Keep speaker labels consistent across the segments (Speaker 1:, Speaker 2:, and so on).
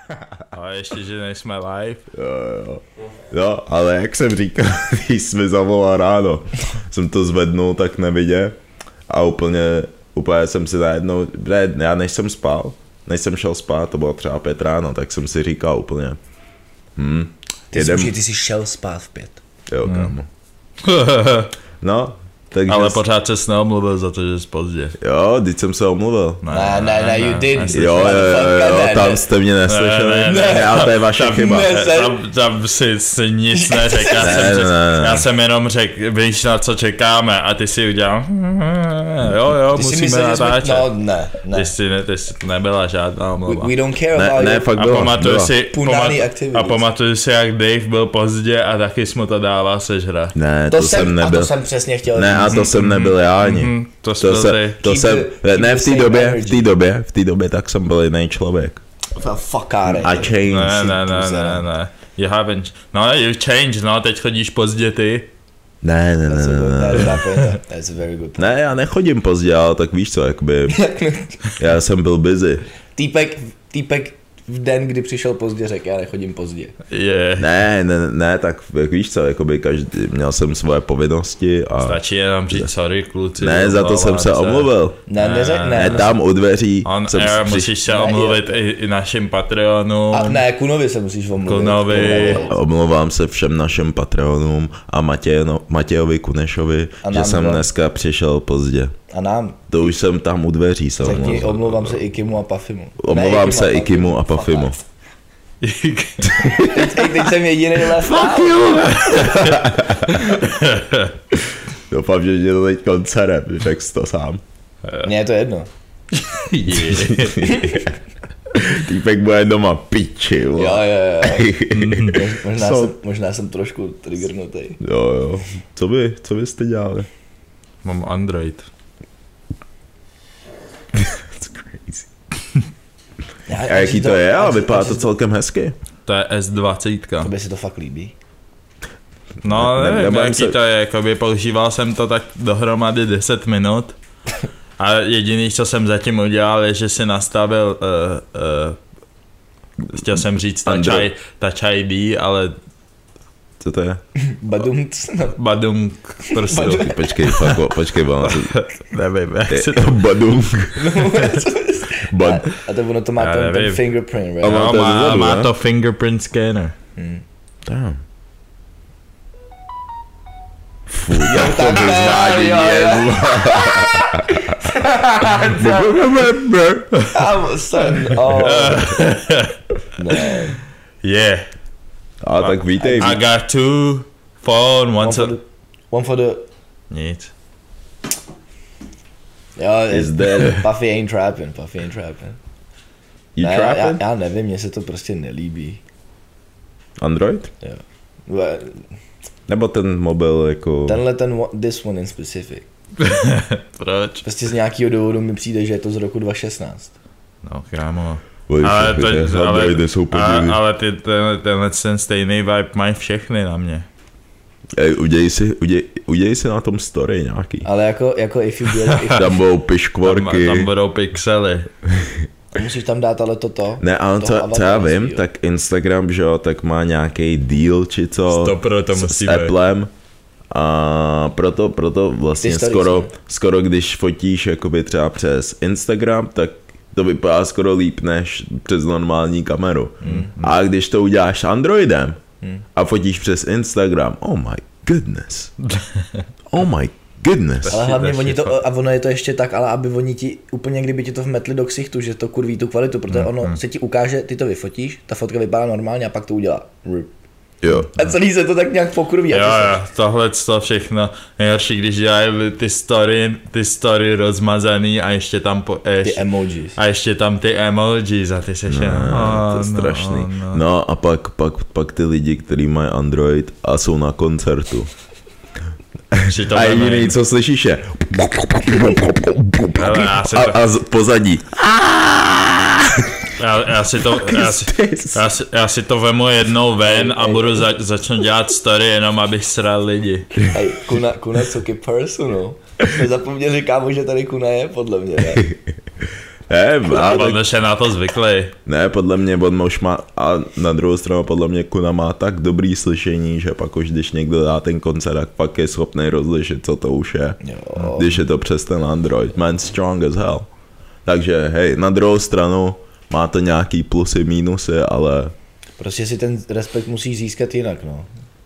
Speaker 1: A ještě, že nejsme live.
Speaker 2: Jo. No, ale jak jsem říkal, když jsme zavolal ráno, jsem to zvednul tak nevidě a úplně jsem si najednou, já než jsem šel spát, to bylo třeba 5 ráno, tak jsem si říkal úplně,
Speaker 3: ty jsi šel spát v 5.
Speaker 2: Jo, kámo. No, takže...
Speaker 1: Ale pořád ses neomluvil za to, že jsi pozdě.
Speaker 2: Jo, teď jsem se omluvil.
Speaker 3: Ne, you did.
Speaker 2: Jo, tam jste mě neslyšeli. Ne, ale to je vaše chyba.
Speaker 1: Tam si nic neřekl. Já jsem jenom řekl, víš na co čekáme a ty si udělal. Jo, musíme natáčet.
Speaker 3: No, ne.
Speaker 1: Ty jsi nebyla žádná omluva.
Speaker 3: We don't care about
Speaker 2: ne, fakt byla.
Speaker 1: A pamatuju si, jak Dave byl pozdě a taky jsi mu to dával sežrat.
Speaker 2: Ne, to jsem nebyl.
Speaker 3: A to jsem přesně chtěl
Speaker 2: říct. A to jsem nebyl já ani. V té době tak jsem byl jiný člověk.
Speaker 3: Fuckáre.
Speaker 2: I changed.
Speaker 1: Ne. You haven't. No, you changed, no, teď chodíš pozdě ty.
Speaker 2: Ne.
Speaker 3: That's a very good point.
Speaker 2: Ne, já nechodím pozdě, ale tak víš co, jakoby, já jsem byl busy.
Speaker 3: Týpek v den, kdy přišel pozdě, řekl, já nechodím pozdě.
Speaker 1: Yeah.
Speaker 2: Ne, tak jak víš co, jakoby měl jsem svoje povinnosti a...
Speaker 1: Stačí jenom říct sorry, kluci.
Speaker 2: Ne, za to jsem se omluvil. Ne, tam u dveří.
Speaker 1: Musíš se omluvit i našim Patreonům.
Speaker 3: A ne, Kunovi se musíš omluvit.
Speaker 1: Kunovi.
Speaker 2: Omlouvám se všem našim Patreonům a Matějovi Kunešovi, že jsem dneska přišel pozdě.
Speaker 3: A nám.
Speaker 2: To už jsem tam u dveří se omlouvám.
Speaker 3: Řekni, omlouvám se Ikimu a Pafimu.
Speaker 2: Omlouvám se Ikimu a Pafimu.
Speaker 3: Teď jsem jediný left.
Speaker 2: Fuck you! Doufám, že tě to teď koncerem, řekl jsi to sám.
Speaker 3: Mně je to jedno.
Speaker 2: Týpek bude doma piči.
Speaker 3: Jo. Možná jsem trošku triggernutý.
Speaker 2: Jo. Co byste dělali?
Speaker 1: Mám Android.
Speaker 2: That's crazy. A jaký to je? Ale vypadá to celkem hezky.
Speaker 1: To je S20.
Speaker 3: Tobě si to fakt líbí?
Speaker 1: No, nevím, jaký to je. Jakoby používal jsem to tak dohromady 10 minut. A jediný, co jsem zatím udělal, je, že si nastavil chtěl jsem říct Touch ID, ale
Speaker 2: co to je?
Speaker 1: Badung. Prostě.
Speaker 2: Počkej,
Speaker 1: nevím, jak se to...
Speaker 2: Badung.
Speaker 3: A to ono to má ten fingerprint, right?
Speaker 1: No, má to fingerprint scanner.
Speaker 2: Damn. Fuj, jak to vyznání je.
Speaker 1: Yeah.
Speaker 2: A tak vítej.
Speaker 1: I got 2 phone,
Speaker 3: one for the...
Speaker 1: Nic.
Speaker 3: Jo, Puffy ain't trapping.
Speaker 2: You trapping?
Speaker 3: Já nevím, mně se to prostě nelíbí.
Speaker 2: Android?
Speaker 3: Jo.
Speaker 2: Nebo ten mobil jako...
Speaker 3: This one in specific.
Speaker 1: Proč?
Speaker 3: Prostě z nějakého důvodu mi přijde, že je to z roku 2016.
Speaker 1: No, kámo.
Speaker 2: Ale
Speaker 1: tenhle ten stejný vibe mají všechny na mě.
Speaker 2: Udělej si na tom story nějaký.
Speaker 3: Ale jako if you
Speaker 2: tam budou piškvorky.
Speaker 1: Tam budou pixely.
Speaker 3: Musíš tam dát ale toto.
Speaker 2: Ne, ale co já vím, tak Instagram, že jo, tak má nějaký deal či co s Applem. A proto vlastně skoro když fotíš jakoby třeba přes Instagram, tak to vypadá skoro líp než přes normální kameru. A když to uděláš s Androidem a fotíš přes Instagram, oh my goodness.
Speaker 3: Ale hlavně ono je to ještě tak, ale aby oni ti úplně kdyby ti to vmetli do ksichtu, že to kurví tu kvalitu, protože ono se ti ukáže, ty to vyfotíš, ta fotka vypadá normálně a pak to udělá.
Speaker 2: Jo.
Speaker 3: A celý se to tak nějak pokurví.
Speaker 1: Jo, tohle to všechno nejhorší, když dělají ty story rozmazaný a ještě tam
Speaker 3: ty emojis.
Speaker 1: A ještě tam ty emojis a ty seš
Speaker 2: to je strašný. No a pak ty lidi, kteří mají Android a jsou na koncertu. A jediný, co slyšíš je a pozadí.
Speaker 1: Já si to vemu jednou ven a budu začnu dělat story jenom abych sral lidi.
Speaker 3: Hej, Kuna je taky personal. Nezapomněl, že kámo, že tady Kuna je, podle mě, ne?
Speaker 1: On už je na to zvyklý.
Speaker 2: Ne, podle mě on už má, a na druhou stranu podle mě Kuna má tak dobrý slyšení, že pak už když někdo dá ten koncert, tak pak je schopný rozlišit, co to už je. Jo. Když je to přes ten Android. Man strong as hell. Takže hej, na druhou stranu má to nějaký plusy, mínusy, ale...
Speaker 3: Prostě si ten respekt musíš získat jinak, no.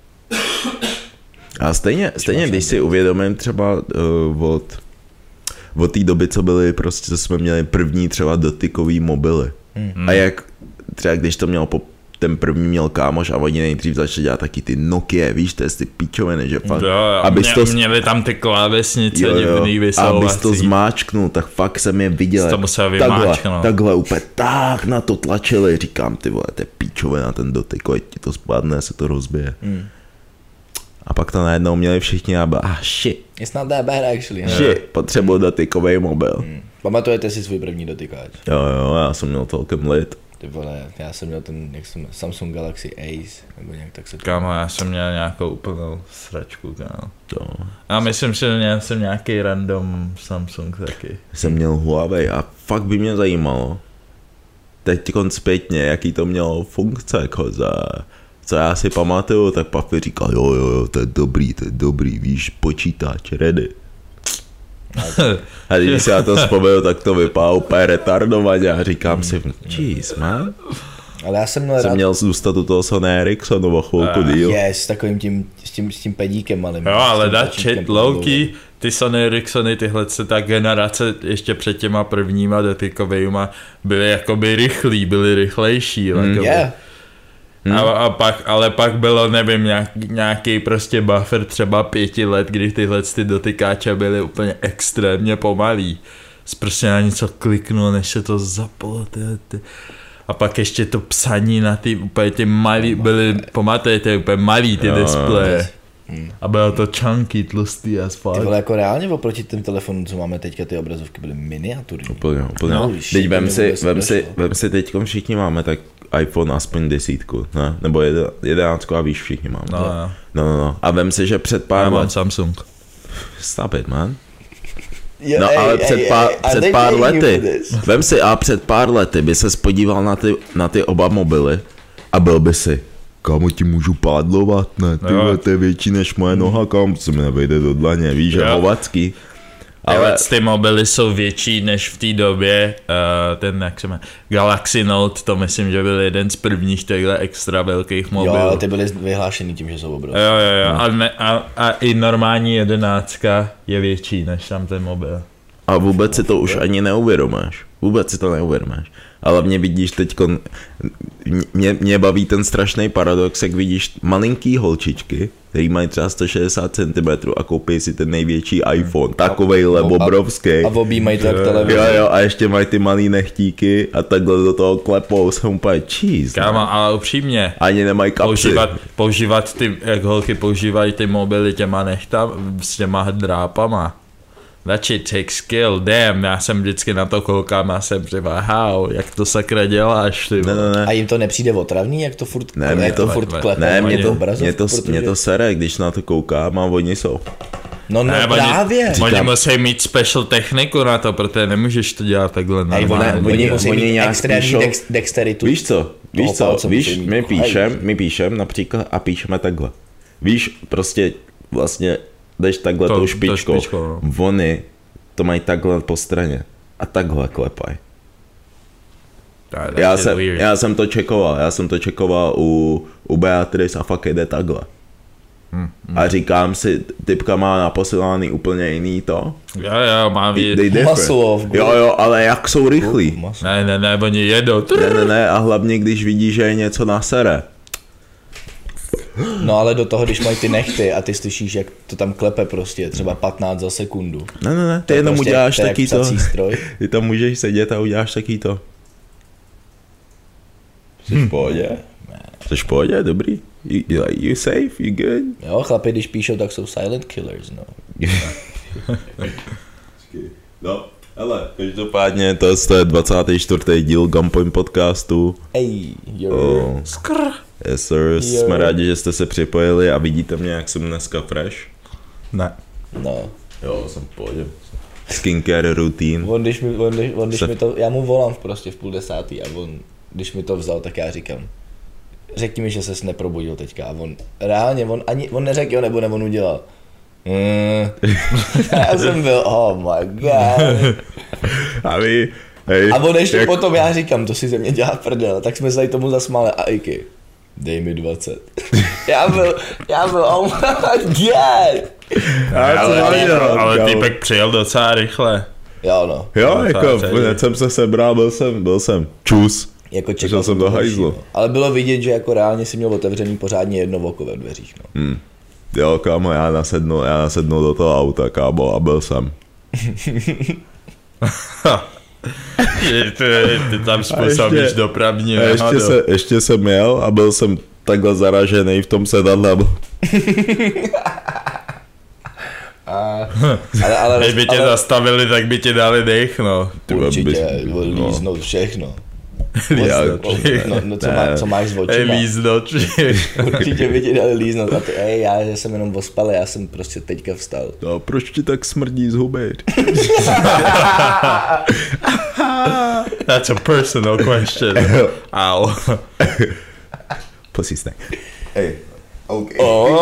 Speaker 2: A stejně když si uvědomím třeba od té doby, co byly prostě, co jsme měli první třeba dotykový mobily. A jak třeba když to měl ten první měl kámoš a oni nejdřív začali dělat taky ty Nokia, víš, to je ty píčoviny, že fakt.
Speaker 1: Jo, měli tam ty klávesnice divný vyslovací.
Speaker 2: Abys to zmáčknul, tak fakt jsem je viděl. Takhle úplně tak na to tlačili, říkám, ty vole, to je píčovina, ten dotyk, ať ti to spadne, se to rozbije. A pak to najednou měli všichni a byl, shit.
Speaker 3: It's not that bad actually.
Speaker 2: Shit, potřebuji dotykový mobil.
Speaker 3: Pamatujete si svůj první dotykáč?
Speaker 2: Jo, já jsem měl celkem lit.
Speaker 3: Ty vole, já jsem měl ten Samsung Galaxy Ace, nebo nějak tak se to...
Speaker 1: Kámo, já jsem měl nějakou úplnou sračku, kámo. A myslím, že měl jsem nějaký random Samsung taky.
Speaker 2: Jsem měl Huawei a fakt by mě zajímalo, teď zpětně, jaký to mělo funkce, jako co já si pamatuju, tak papi říkal, jo, to je dobrý, víš, počítač, ready. A když si já to vzpomenu, tak to vypadá úplně retardovaně a říkám si, jeez, man.
Speaker 3: Ale já jsem měl
Speaker 2: měl zůstat u toho Sony Ericssonu o chvilku díl.
Speaker 3: S takovým s tím pedíkem malým.
Speaker 1: Jo, ale dačit, low-key, ty Sony Ericssony, tyhle ta generace ještě před těma prvníma dotykovejma byly jakoby rychlí, byly rychlejší. Ale pak bylo, nevím, nějaký prostě buffer třeba 5 let, kdy tyhle ty dotykáče byly úplně extrémně pomalý. Prostě na něco kliknul, než se to zaplo. A pak ještě to psaní na ty úplně ty malý, byly, pamatujete, úplně malý ty displeje. A bylo to chunky, tlustý a spát.
Speaker 3: Ty vole, jako reálně oproti těm telefonům, co máme teďka, ty obrazovky byly miniaturní.
Speaker 2: Úplně. No, teď vem si teďkom všichni máme tak iPhone aspoň 10, ne? Nebo 11 a víš, všichni máme. No. A vem si, že před pár let...
Speaker 1: Samsung.
Speaker 2: Stop it, man. No ale před pár lety, vem si, a před pár lety by ses podíval na ty oba mobily a byl by si, kámo, ti můžu pádlovat, ne, tyhle, to je větší než moje noha, kámo, co mi nevejde do dlaně, víš, že hovacký.
Speaker 1: Ale ty mobily jsou větší než v té době, ten, jak se jmenuje, Galaxy Note, to myslím, že byl jeden z prvních těchto extra velkých mobilů.
Speaker 3: Jo, ale ty byly vyhlášený tím, že jsou obrovské.
Speaker 1: Jo. A i normální 11 je větší než tam ten mobil.
Speaker 2: A vůbec si to už ani neuvědomáš. Ale mě vidíš teďko, mě baví ten strašný paradox, jak vidíš malinký holčičky, který mají třeba 160 cm a koupí si ten největší iPhone, takovejhle obrovský.
Speaker 3: A objímají to jak televizi.
Speaker 2: Jo, a ještě mají ty malý nechtíky a takhle do toho klepou, jsem úplně cheese.
Speaker 1: Kámo, ale upřímně.
Speaker 2: Ani nemají kapsy.
Speaker 1: Používat ty, jak holky používají ty mobily těma s těma drápama. That shit takes skill, damn, já jsem vždycky na to koukám a jsem wow, jak to sakra děláš, ty.
Speaker 2: Ne.
Speaker 3: A jim to nepřijde otravný, jak to furt
Speaker 2: klepou? Ne, mě to sere, když na to koukám a oni jsou.
Speaker 3: No právě.
Speaker 1: Oni musí mít special techniku na to, protože nemůžeš to dělat takhle normálně.
Speaker 3: Oni musí mít extrémní dexteritu.
Speaker 2: Víš co, my píšem například a píšeme takhle. Víš, prostě vlastně jdeš takhle tou špičkou. Oni to mají takhle po straně a takhle klepají. Já jsem to čekoval u Beatrice a fakt jde takhle. A říkám si, typka má naposilaný úplně jiný to.
Speaker 1: Jo, má
Speaker 2: Jo, ale jak jsou rychlí.
Speaker 1: Ne, oni jedou.
Speaker 2: Ne, a hlavně když vidí, že je něco na sere.
Speaker 3: No ale do toho, když mají ty nechty a ty slyšíš, jak to tam klepe prostě, třeba 15 za sekundu.
Speaker 2: Ne, ty jenom prostě, uděláš taky to. Ty tam můžeš sedět a uděláš taky to. Jsi v pohodě? Jsi v pohodě, dobrý. You safe, you good?
Speaker 3: Jo, chlapi, když píšou, tak jsou silent killers, no.
Speaker 2: No, hele, každopádně to je 24. díl Gunpoint podcastu.
Speaker 3: Ej, jo.
Speaker 2: Yes sir, jsme rádi, že jste se připojili a vidíte mě, jak jsem dneska fresh.
Speaker 1: Ne.
Speaker 3: No.
Speaker 2: Jo, jsem v pohodě. skincare routine.
Speaker 3: On když mi to, já mu volám prostě v 9:30 a on, když mi to vzal, tak já říkám, řekni mi, že ses neprobudil teďka a on, reálně, on neřekl jo nebo on udělal. Já jsem byl, oh my god.
Speaker 2: A
Speaker 3: on ještě potom, já říkám, to si ze mě dělá prdel, tak jsme se tomu zasmáli a Iky, dej mi 20. já byl, oh my god.
Speaker 1: Ale týpek přijel docela rychle.
Speaker 3: Jo no.
Speaker 2: Jo, jako, hned jsem se sebral, byl jsem čus.
Speaker 3: Jako čekal jsem
Speaker 2: do hajzlu.
Speaker 3: No. Ale bylo vidět, že jako reálně si měl otevřený pořádně jedno oko ve dveřích, no.
Speaker 2: Jo, kámo, já nasednu do toho auta, kámo, a byl jsem.
Speaker 1: ty tam způsobíš dopravní nehodu.
Speaker 2: Ještě jsem jel a byl jsem takhle zaražený v tom sedadle.
Speaker 3: Ale
Speaker 1: když by tě zastavili, tak by ti dali dech, no.
Speaker 3: Určitě, líznout všechno. Co máš z očima?
Speaker 1: Líznout.
Speaker 3: Určitě by ti dali líznout a ty, já jsem jenom ospal, já jsem prostě teďka vstal.
Speaker 2: No, proč ti tak smrdí z huby?
Speaker 1: That's a personal question. Ow.
Speaker 2: Pussy snack.
Speaker 3: Hey. Okay.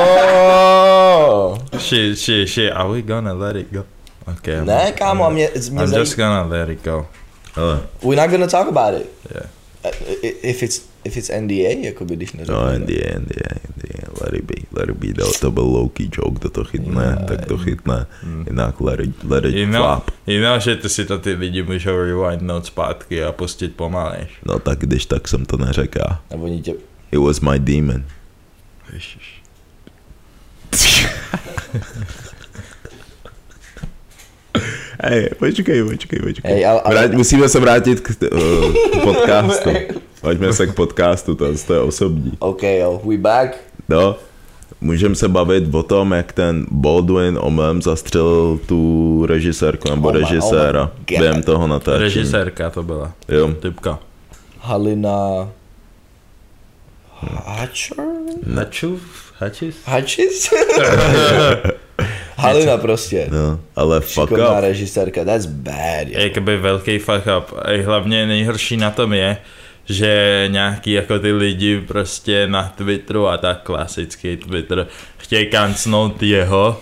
Speaker 3: Oh.
Speaker 1: Shit, are we gonna let it go? Okay.
Speaker 3: Ne, kámo,
Speaker 1: I'm just gonna let it go.
Speaker 3: We're not gonna talk about it.
Speaker 1: Yeah.
Speaker 3: If it's NDA, jakoby když neřekneme.
Speaker 2: No, NDA, let it be, to byl low-key joke, kdo to chytne, tak to chytne, jinak let it flop.
Speaker 1: Jinak, že ty si to ty lidi můžou rewindnout zpátky a pustit pomalejš.
Speaker 2: No tak když tak jsem to neřekl. It was my demon.
Speaker 1: Ježiš.
Speaker 2: Hej, počkej. Musíme se vrátit k podcastu. Pojďme se k podcastu, to je osobní.
Speaker 3: OK, jo, we back.
Speaker 2: No, můžeme se bavit o tom, jak ten Baldwin omylem zastřelil tu režisérku nebo režiséra během toho natáčení.
Speaker 1: Režisérka to byla.
Speaker 2: Jo.
Speaker 1: Typka.
Speaker 3: Halina... Hutchis? Halina prostě.
Speaker 2: No, ale fuck up.
Speaker 3: Režisérka, that's bad.
Speaker 1: Jakoby velký fuck up. A hlavně nejhorší na tom je, že nějaký jako ty lidi prostě na Twitteru a tak klasický Twitter chtějí kancnout jeho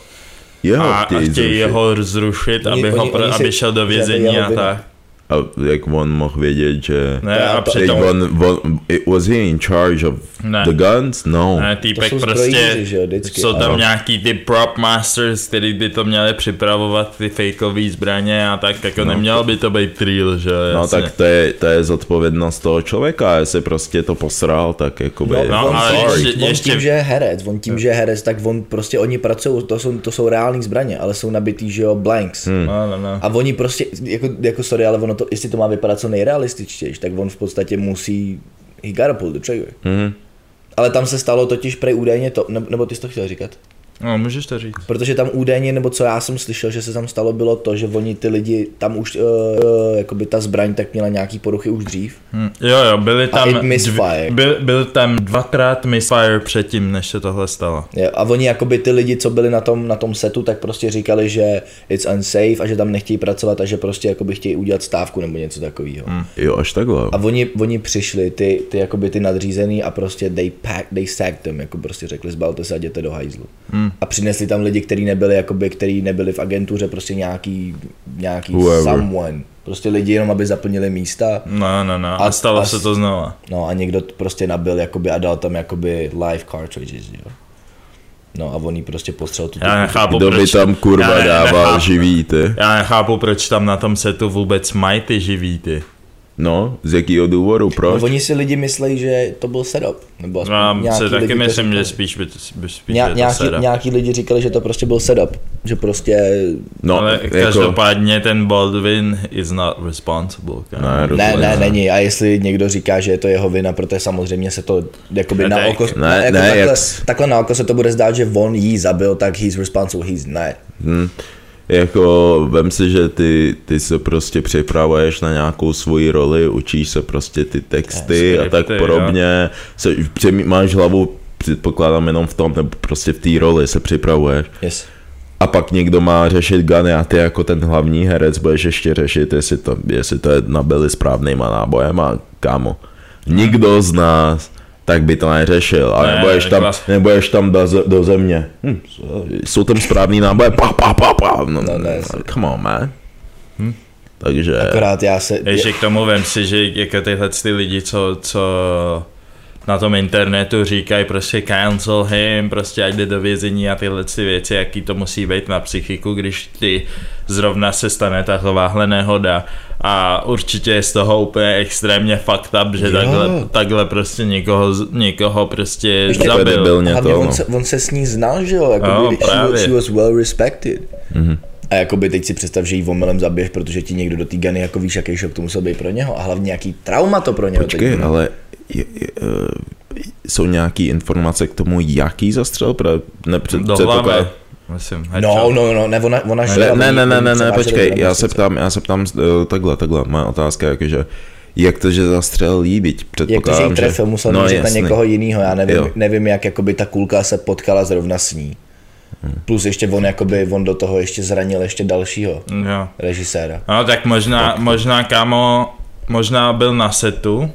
Speaker 1: a chtějí jeho zrušit, aby šel do vězení a tak.
Speaker 2: A jak on mohl vědět, že...
Speaker 1: Ne, a přitom...
Speaker 2: Was he in charge of the guns? No.
Speaker 1: Ne, týpek prostě... Jsou tam nějaký ty prop masters, který by to měli připravovat, ty fakeový zbraně a tak, jako nemělo by to být real, že?
Speaker 2: No jasně. Tak to je zodpovědnost toho člověka, jestli prostě to posral, tak jakoby...
Speaker 3: On tím, že je herec, tak on prostě, oni pracují, to jsou reální zbraně, ale jsou nabitý, že jo, blanks.
Speaker 1: No.
Speaker 3: A oni prostě, jako sorry, ale ono to, jestli to má vypadat co nejrealističtější, tak on v podstatě musí he gotta pull the trigger. Ale tam se stalo totiž prej údajně to, nebo ty jsi to chtěl říkat?
Speaker 1: No, můžeš to říct.
Speaker 3: Protože tam údajně, nebo co já jsem slyšel, že se tam stalo, bylo to, že oni ty lidi, tam už jakoby ta zbraň tak měla nějaký poruchy už dřív.
Speaker 1: Jo, byly tam byl tam 2x misfire předtím, než se tohle stalo.
Speaker 3: Jo, a oni jakoby ty lidi, co byli na tom setu, tak prostě říkali, že it's unsafe a že tam nechtějí pracovat a že prostě jakoby chtějí udělat stávku nebo něco takového.
Speaker 2: Jo, až takhle.
Speaker 3: A oni přišli, ty jakoby ty nadřízený a prostě they sacked them, jako prostě řekli, zbalte se a jděte do hajzlu. A přinesli tam lidi, kteří nebyli v agentuře, prostě nějaký someone. Prostě lidi jenom, aby zaplnili místa.
Speaker 1: No. A stalo se to znova.
Speaker 3: No a někdo prostě nabil jakoby a dal tam jakoby live cartridges, jo. No a on jí prostě postřel tu...
Speaker 1: Já nechápu,
Speaker 2: kdo by tam kurva dával živý, ty.
Speaker 1: Já nechápu, proč tam na tom setu vůbec mají ty živý, ty.
Speaker 2: No, z jakého důvodu, proč?
Speaker 3: No, oni si lidi myslí, že to byl setup. Nebo
Speaker 1: se taky myslím, že spíš
Speaker 3: nějaký lidi říkali, že to prostě byl setup. Že prostě...
Speaker 1: No, ale každopádně ten Baldwin is not responsible.
Speaker 3: Ne, není. A jestli někdo říká, že je to jeho vina, protože samozřejmě se to jakoby na oko... Takhle na oko se to bude zdát, že on jí zabil, tak he's responsible, he's not.
Speaker 2: Jako, vem si, že ty se prostě připravuješ na nějakou svoji roli, učíš se prostě ty texty a tak podobně, máš hlavu, předpokládám jenom v tom, nebo prostě v té roli se připravuješ.
Speaker 3: Yes.
Speaker 2: A pak někdo má řešit Gany a ty jako ten hlavní herec budeš ještě řešit, jestli to je nabili správnýma nábojem a kámo. Nikdo z nás tak by to neřešil, ale nebudeš tam do země. Jsou tam správný náboje, no, come on, man. Takže...
Speaker 3: Akorát
Speaker 1: Ještě k tomu vem si, že jako tyhle ty lidi, co na tom internetu říkají prostě cancel him, prostě ať jde do vězení a tyhle ty věci, jaký to musí být na psychiku, když ty zrovna se stane takováhle nehoda a určitě je z toho úplně extrémně fucked up, že takhle prostě někoho prostě zabil.
Speaker 3: Hlavně on se s ní znal, že jo, jakoby, she was well respected. Mm-hmm. A jakoby teď si představ, že jí omylem zabiješ, protože ti někdo do té Gany, jako víš, jaký šok to musel být pro něho a hlavně jaký trauma to pro něho.
Speaker 2: Počkej, ale jsou nějaký informace k tomu, jaký zastřel?
Speaker 1: Do hlavy. Myslím,
Speaker 3: ona
Speaker 2: ne, počkej, já se ptám takhle, moje otázka je, že jak to, že zastřelil jí, byť předpokládám,
Speaker 3: jak to, že jí trefil, musel mířit na někoho jinýho, já nevím, jak jakoby ta kulka se potkala zrovna s ní. Plus ještě on do toho ještě zranil ještě dalšího režiséra.
Speaker 1: No tak možná kámo, možná byl na setu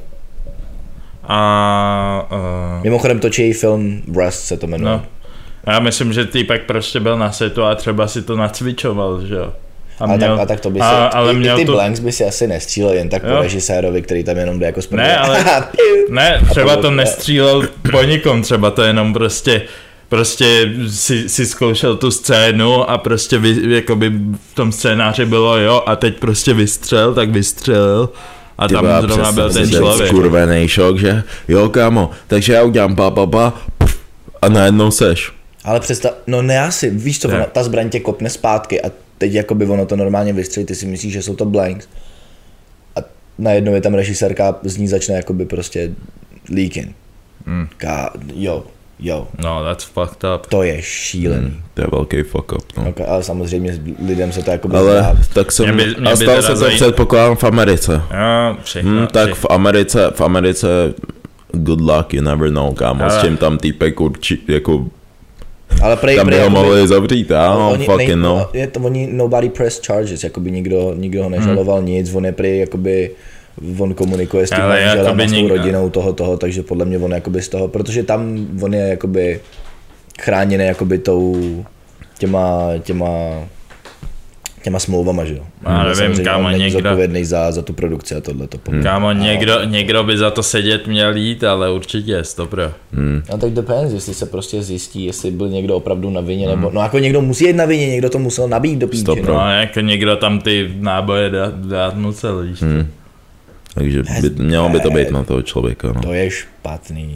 Speaker 1: a...
Speaker 3: Mimochodem točí film Rust se to jmenuje.
Speaker 1: No. Já myslím, že týpek prostě byl na setu a třeba si to nacvičoval, že jo.
Speaker 3: A tak to by si, ty blanks by si asi nestřílel jen tak po režisérovi, který tam jenom jde jako správně.
Speaker 1: Ne, ale třeba to nestřílel po nikom, třeba to jenom prostě si zkoušel tu scénu a prostě jakoby v tom scénáři bylo jo a teď prostě vystřelil a tam zrovna byl ten člověk.
Speaker 2: Skurvený šok, že jo kámo, takže já udělám a najednou seš.
Speaker 3: Ale víš co, ta zbraň tě kopne zpátky a teď jakoby ono to normálně vystřelí, ty si myslíš, že jsou to blanks a najednou je tam režisérka, z ní začne jakoby prostě leaking. Jo.
Speaker 1: No, that's fucked up.
Speaker 3: To je šílený.
Speaker 2: To je velký fuck up, no.
Speaker 3: Okay, ale samozřejmě lidem se to jakoby
Speaker 2: ale tak jsem, a stalo se to předpokládám v Americe. Tak v Americe good luck, you never know, kámo, s čím tam týpek jako ale tam by ho mohli zavřít,
Speaker 3: oni nobody pressed charges, jakoby nikdo ho nežaloval nic, on je prý jakoby on komunikuje s tím manželem a s tou rodinou toho, takže podle mě on jakoby z toho, protože tam on je jakoby chráněný jakoby těma smlouvama, že jo.
Speaker 1: Já nevím, kámo,
Speaker 3: někdo zodpovědný za tu produkci a tohleto.
Speaker 1: Kámo, někdo by za to sedět měl jít, ale určitě je to pro.
Speaker 3: No tak depends, jestli se prostě zjistí, jestli byl někdo opravdu na vině, nebo, no jako někdo musí jít na vině, někdo to musel nabít do píči.
Speaker 1: No jako někdo tam ty náboje dát musel, víš.
Speaker 2: Takže mělo by to být na toho člověka. No.
Speaker 3: To je špatný.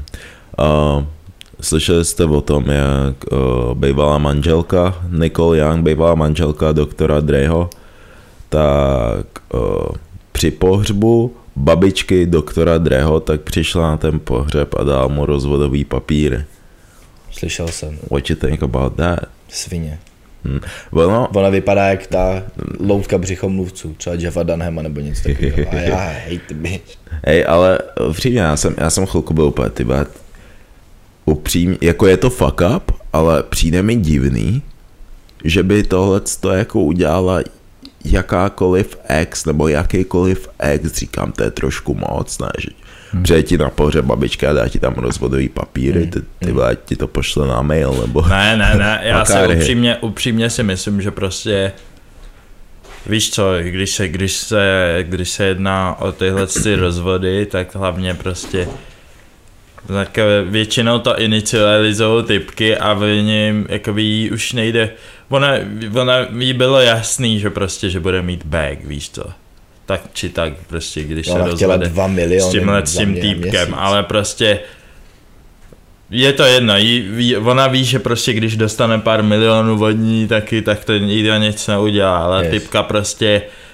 Speaker 2: Slyšeli jste o tom, jak bývalá manželka, Nicole Young, bývalá manželka doktora Dreho, tak při pohřbu babičky doktora Dreho, tak přišla na ten pohřeb a dala mu rozvodový papíry.
Speaker 3: Slyšel jsem.
Speaker 2: What you think about that?
Speaker 3: Svině.
Speaker 2: Ona
Speaker 3: vypadá jak ta loutka břichomluvců, třeba Jeffa Dunhama nebo něco takového. A já hate the bitch.
Speaker 2: Hej, ale upřímně, já jsem chvilku byl úplně upřímně, jako je to fuck up, ale přijde mi divný, že by tohleto jako udělala jakákoliv ex, nebo jakýkoliv ex, říkám, to je trošku moc, ne, že přijde ti na pohřeb babička a dá ti tam rozvodový papíry, ty ti to pošle na mail, nebo...
Speaker 1: Ne, já se upřímně si myslím, že prostě víš co, když se jedná o tyhle rozvody, tak hlavně prostě tak většinou to inicializují typky a v něm jakoby jí už nejde, ona jí bylo jasný, že prostě, že bude mít bag, víš co, tak či tak prostě, když se rozvede s tím týpkem, ale prostě je to jedno, ona ví, že prostě když dostane pár milionů od ní taky, tak to nikdo nic neudělá, ale typka prostě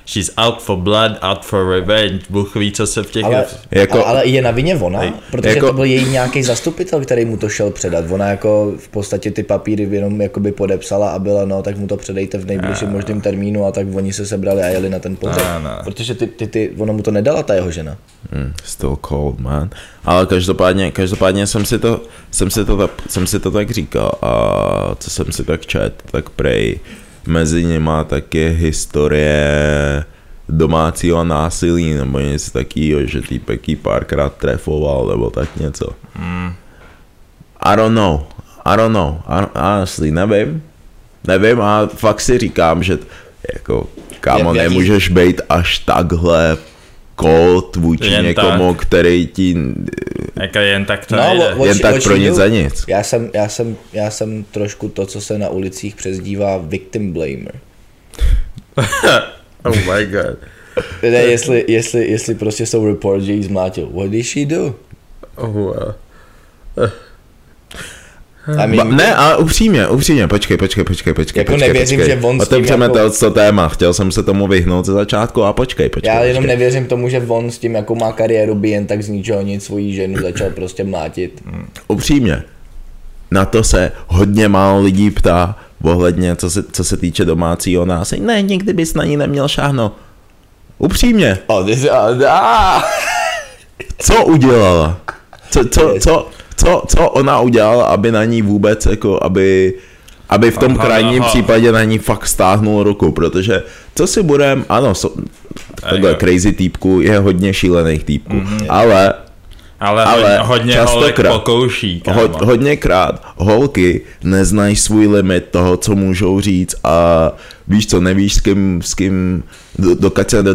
Speaker 1: she's out for blood, out for revenge, Bůh ví, co se v těch...
Speaker 3: Ale je na vině ona, protože jako... to byl její nějaký zastupitel, který mu to šel předat. Ona jako v podstatě ty papíry jenom jakoby podepsala a byla, no tak mu to předejte v nejbližším možným termínu a tak oni se sebrali a jeli na ten pohřeb. Protože ona mu to nedala, ta jeho žena.
Speaker 2: Still cold, man. Ale každopádně jsem si to tak říkal a co jsem si tak čet, tak prej mezi nima tak je historie domácího násilí nebo něco takýho, že týpek jí párkrát trefoval nebo tak něco. I don't know. Honestly, nevím a fakt si říkám, že jako kámo, nemůžeš být až takhle cold vůči jen někomu, tak. Který ti
Speaker 1: jako jen tak to nejde.
Speaker 2: Jen tak pro nic za nic.
Speaker 3: Já jsem trošku to, co se na ulicích přezdívá victim blamer.
Speaker 1: Oh my god.
Speaker 3: Ne, jestli prostě jsou report, že jí zmlátil. What did she do?
Speaker 1: Oh wow.
Speaker 2: Ne, ale upřímně, počkej.
Speaker 3: Jako nevěřím, že on
Speaker 2: otevřeme jako... to téma, chtěl jsem se tomu vyhnout ze začátku a počkej.
Speaker 3: Já jenom nevěřím tomu, že on s tím, jakou má kariéru, by jen tak z ničeho nic svoji ženu začal prostě mlátit.
Speaker 2: Upřímně, na to se hodně málo lidí ptá, ohledně, co se týče domácího násilí. Ne, nikdy bys na ní neměl šáhnout. Upřímně. Co udělala? Co ona udělala, aby na ní vůbec, jako aby v tom krajním případě na ní fakt stáhnul ruku, protože co si budem, ano, takhle crazy týpku je hodně šílených týpků, ale
Speaker 1: hodně holek pokouší.
Speaker 2: Hodněkrát holky neznají svůj limit toho, co můžou říct a víš co, nevíš s kým dokud se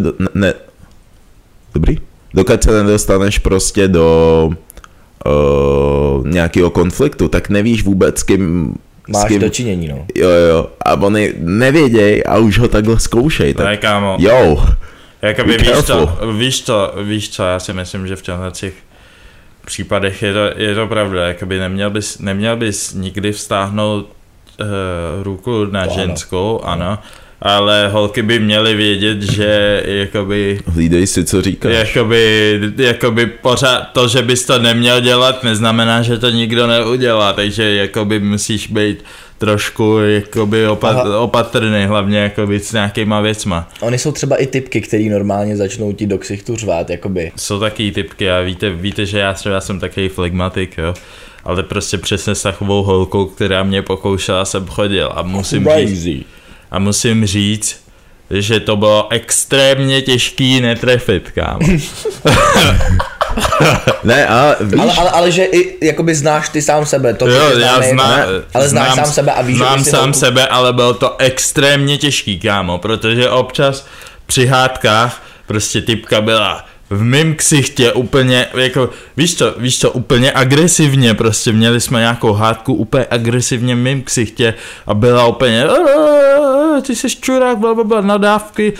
Speaker 2: dokud se nedostaneš prostě do nějakého konfliktu, tak nevíš vůbec s kým
Speaker 3: máš dočinění, no.
Speaker 2: Jo, a oni nevěděj a už ho takhle zkoušej. Tak
Speaker 1: kámo.
Speaker 2: Jo.
Speaker 1: Jakoby víš co, já si myslím, že v těchto případech je to pravda, jakoby neměl bys nikdy vztáhnout ruku na ženskou, ano. Ale holky by měly vědět, že jakoby...
Speaker 2: Hlídej si, co říkáš.
Speaker 1: Jakoby pořád to, že bys to neměl dělat, neznamená, že to nikdo neudělá, takže jakoby musíš být trošku jakoby opatrný, hlavně jakoby s nějakýma věcma.
Speaker 3: Oni jsou třeba i typky, který normálně začnou ti do ksichtu řvát, jakoby.
Speaker 1: Jsou taky typky a víte, že já třeba jsem takový flegmatik, jo. Ale prostě přesně s takovou holkou, která mě pokoušela, jsem chodil a musím říct, že to bylo extrémně těžký netrefit, kámo.
Speaker 2: Ne, ale víš...
Speaker 3: Ale že i, jakoby znáš ty sám sebe. To,
Speaker 1: jo, já
Speaker 3: znáš sám sebe a víš,
Speaker 1: znám sám sebe, ale bylo to extrémně těžký, kámo, protože občas při hádkách prostě typka byla v mým ksichtě úplně, jako, víš co, úplně agresivně, prostě měli jsme nějakou hádku úplně agresivně v mým ksichtě a byla úplně ty jsi čurák, blablabla, nadávky,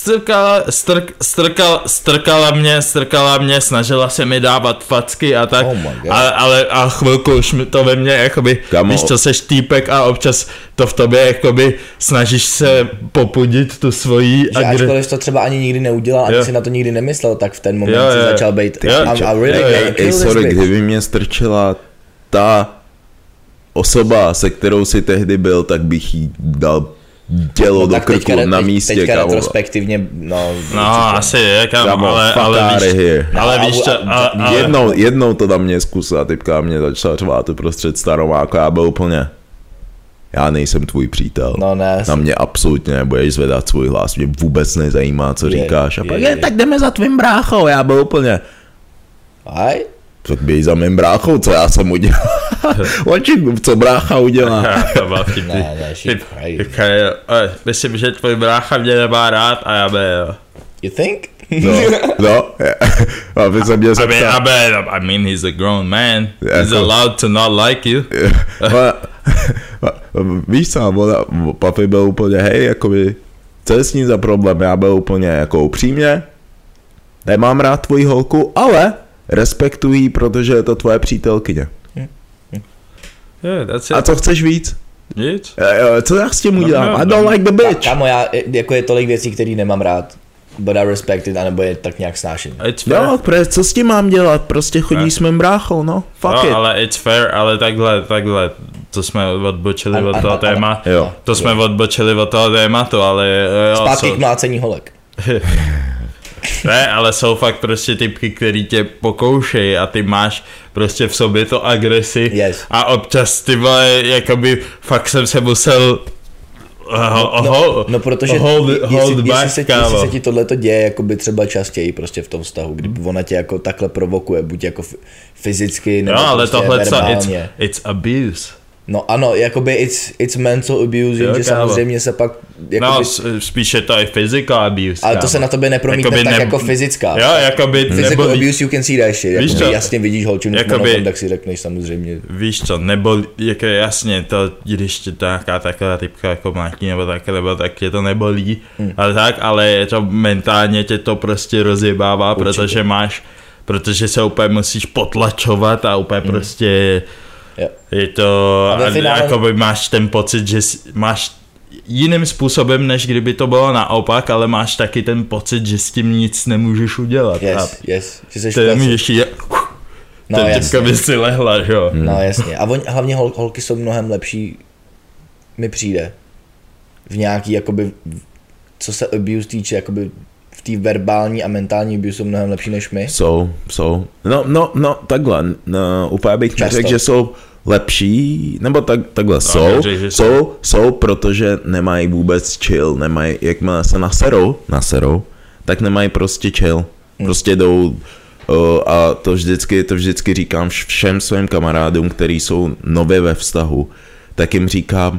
Speaker 1: strkala mě, snažila se mi dávat facky a tak, ale chvilku už to ve mně, jakoby, víš co, seš týpek a občas to v tobě, jakoby, snažíš se popudit tu svoji
Speaker 3: agresi. Ačkoliv to třeba ani nikdy neudělal, ani si na to nikdy nemyslel, tak v ten moment si začal být,
Speaker 2: kdyby mě strčila ta osoba, se kterou si tehdy byl, tak bych jí dal dělo do krku na místě,
Speaker 3: teďka retrospektivně,
Speaker 1: asi je, ale víš co,
Speaker 2: jednou to na mě zkusila, typka mě začala řvát uprostřed staromáku, já byl úplně, já nejsem tvůj přítel, na mě absolutně nebudeš zvedat svůj hlas, mě vůbec nezajímá, co říkáš, a pak tak jdeme za tvým bráchou, já byl úplně, tak běž za mým bráchou, co já jsem udělal. Co brácha udělá.
Speaker 1: Myslím, že tvůj brácha mě nemá rád a já byl.
Speaker 3: You think?
Speaker 2: No. Aby se mě zeptal.
Speaker 1: I mean, he's a grown man. He's allowed to not like you.
Speaker 2: Víš co, papi byl úplně, hej, jakoby, co je s ním za problém? Já byl úplně jako upřímně, nemám rád tvoji holku, ale respektuji, protože je to tvoje přítelkyně. A co chceš víc?
Speaker 1: Nic.
Speaker 2: Co já s tím udělám? I don't like the bitch.
Speaker 3: Kámo, jako je tolik věcí, které nemám rád. but I respect it, anebo je tak nějak snášený.
Speaker 2: Jo, co s tím mám dělat, prostě chodí s mým bráchou, no, fuck it.
Speaker 1: Ale it's fair, ale takhle, to jsme odbočili od toho téma, jsme odbočili od toho tématu, ale jo.
Speaker 3: Zpátky k mlácení holek.
Speaker 1: Ne, ale jsou fakt prostě typky, který tě pokoušejí a ty máš prostě v sobě to agresi a občas ty vole, jakoby fakt jsem se musel
Speaker 3: protože jestli se ti tohleto děje jakoby třeba častěji prostě v tom vztahu, kdy ona tě jako takhle provokuje, buď jako fyzicky nebo
Speaker 1: ale
Speaker 3: prostě verbálně.
Speaker 1: It's abuse.
Speaker 3: No ano, jakoby it's mental abuse, jenže samozřejmě se pak
Speaker 1: jakoby, spíš je to i physical abuse.
Speaker 3: Ale to se na tobě nepromítne tak jako fyzická.
Speaker 1: Jo, jakoby
Speaker 3: physical abuse you can see that shit. Jakoby jasně vidíš holčinu s monofon, tak si řekneš samozřejmě.
Speaker 1: Víš co, nebo jako jasně to, když tě nějaká taková typka jako mátí nebo tak tě to nebolí, ale je to mentálně tě to prostě rozjebává, protože se úplně musíš potlačovat a úplně prostě je to, jakoby máš ten pocit, že máš jiným způsobem, než kdyby to bylo naopak, ale máš taky ten pocit, že s tím nic nemůžeš udělat.
Speaker 3: Yes.
Speaker 1: To nemůžeš jít, ten typka by si lehla, jo.
Speaker 3: No jasně, a hlavně holky jsou mnohem lepší, mi přijde, v nějaký, jakoby, co se abuse týče, jakoby v té verbální a mentální abuse jsou mnohem lepší než my.
Speaker 2: Jsou. No, takhle, úplně bych neřekl, že jsou lepší, nebo takhle jsou, protože nemají vůbec chill, jakmile se naserou, tak nemají prostě chill, prostě jdou a to vždycky říkám všem svým kamarádům, kteří jsou nově ve vztahu, tak jim říkám,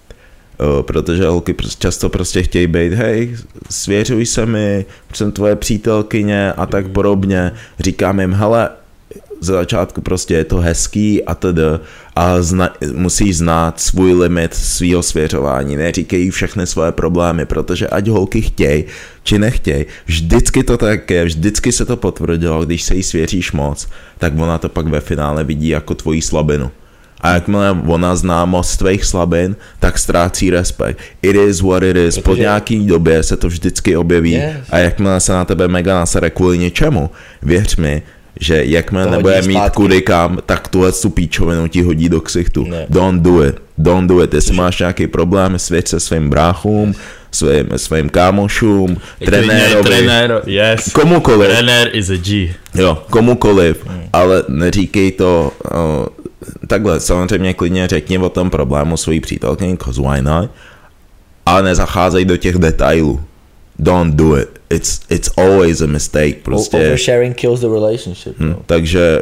Speaker 2: protože holky často prostě chtějí být, hej, svěřuj se mi, jsem tvoje přítelkyně a tak podobně, říkám jim, hele, za začátku prostě je to hezký a tedy a musíš znát svůj limit svýho svěřování, neříkej všechny svoje problémy, protože ať holky chtěj či nechtěj, vždycky to tak je, vždycky se to potvrdilo, když se jí svěříš moc, tak ona to pak ve finále vidí jako tvoji slabinu. A jakmile ona zná moc tvých slabin, tak ztrácí respekt. It is what it is. Po nějaký době se to vždycky objeví a jakmile se na tebe mega nasere kvůli něčemu, věř mi, že jakmile nebude mít kudy kam, tak tuhle tu píčovinu ti hodí do ksichtu. Don't do it. Jestli máš nějaký problém, svěř se svým bráchům, svým kámošům, trenérovi, komukoliv.
Speaker 1: Trenér is a G.
Speaker 2: Jo, komukoliv, ale neříkej to takhle, samozřejmě klidně řekni o tom problému svojí přítelkyni, cause why not, ale nezacházej do těch detailů. Don't do it. It's always a mistake. Prostě.
Speaker 3: Oversharing kills the relationship.
Speaker 2: Takže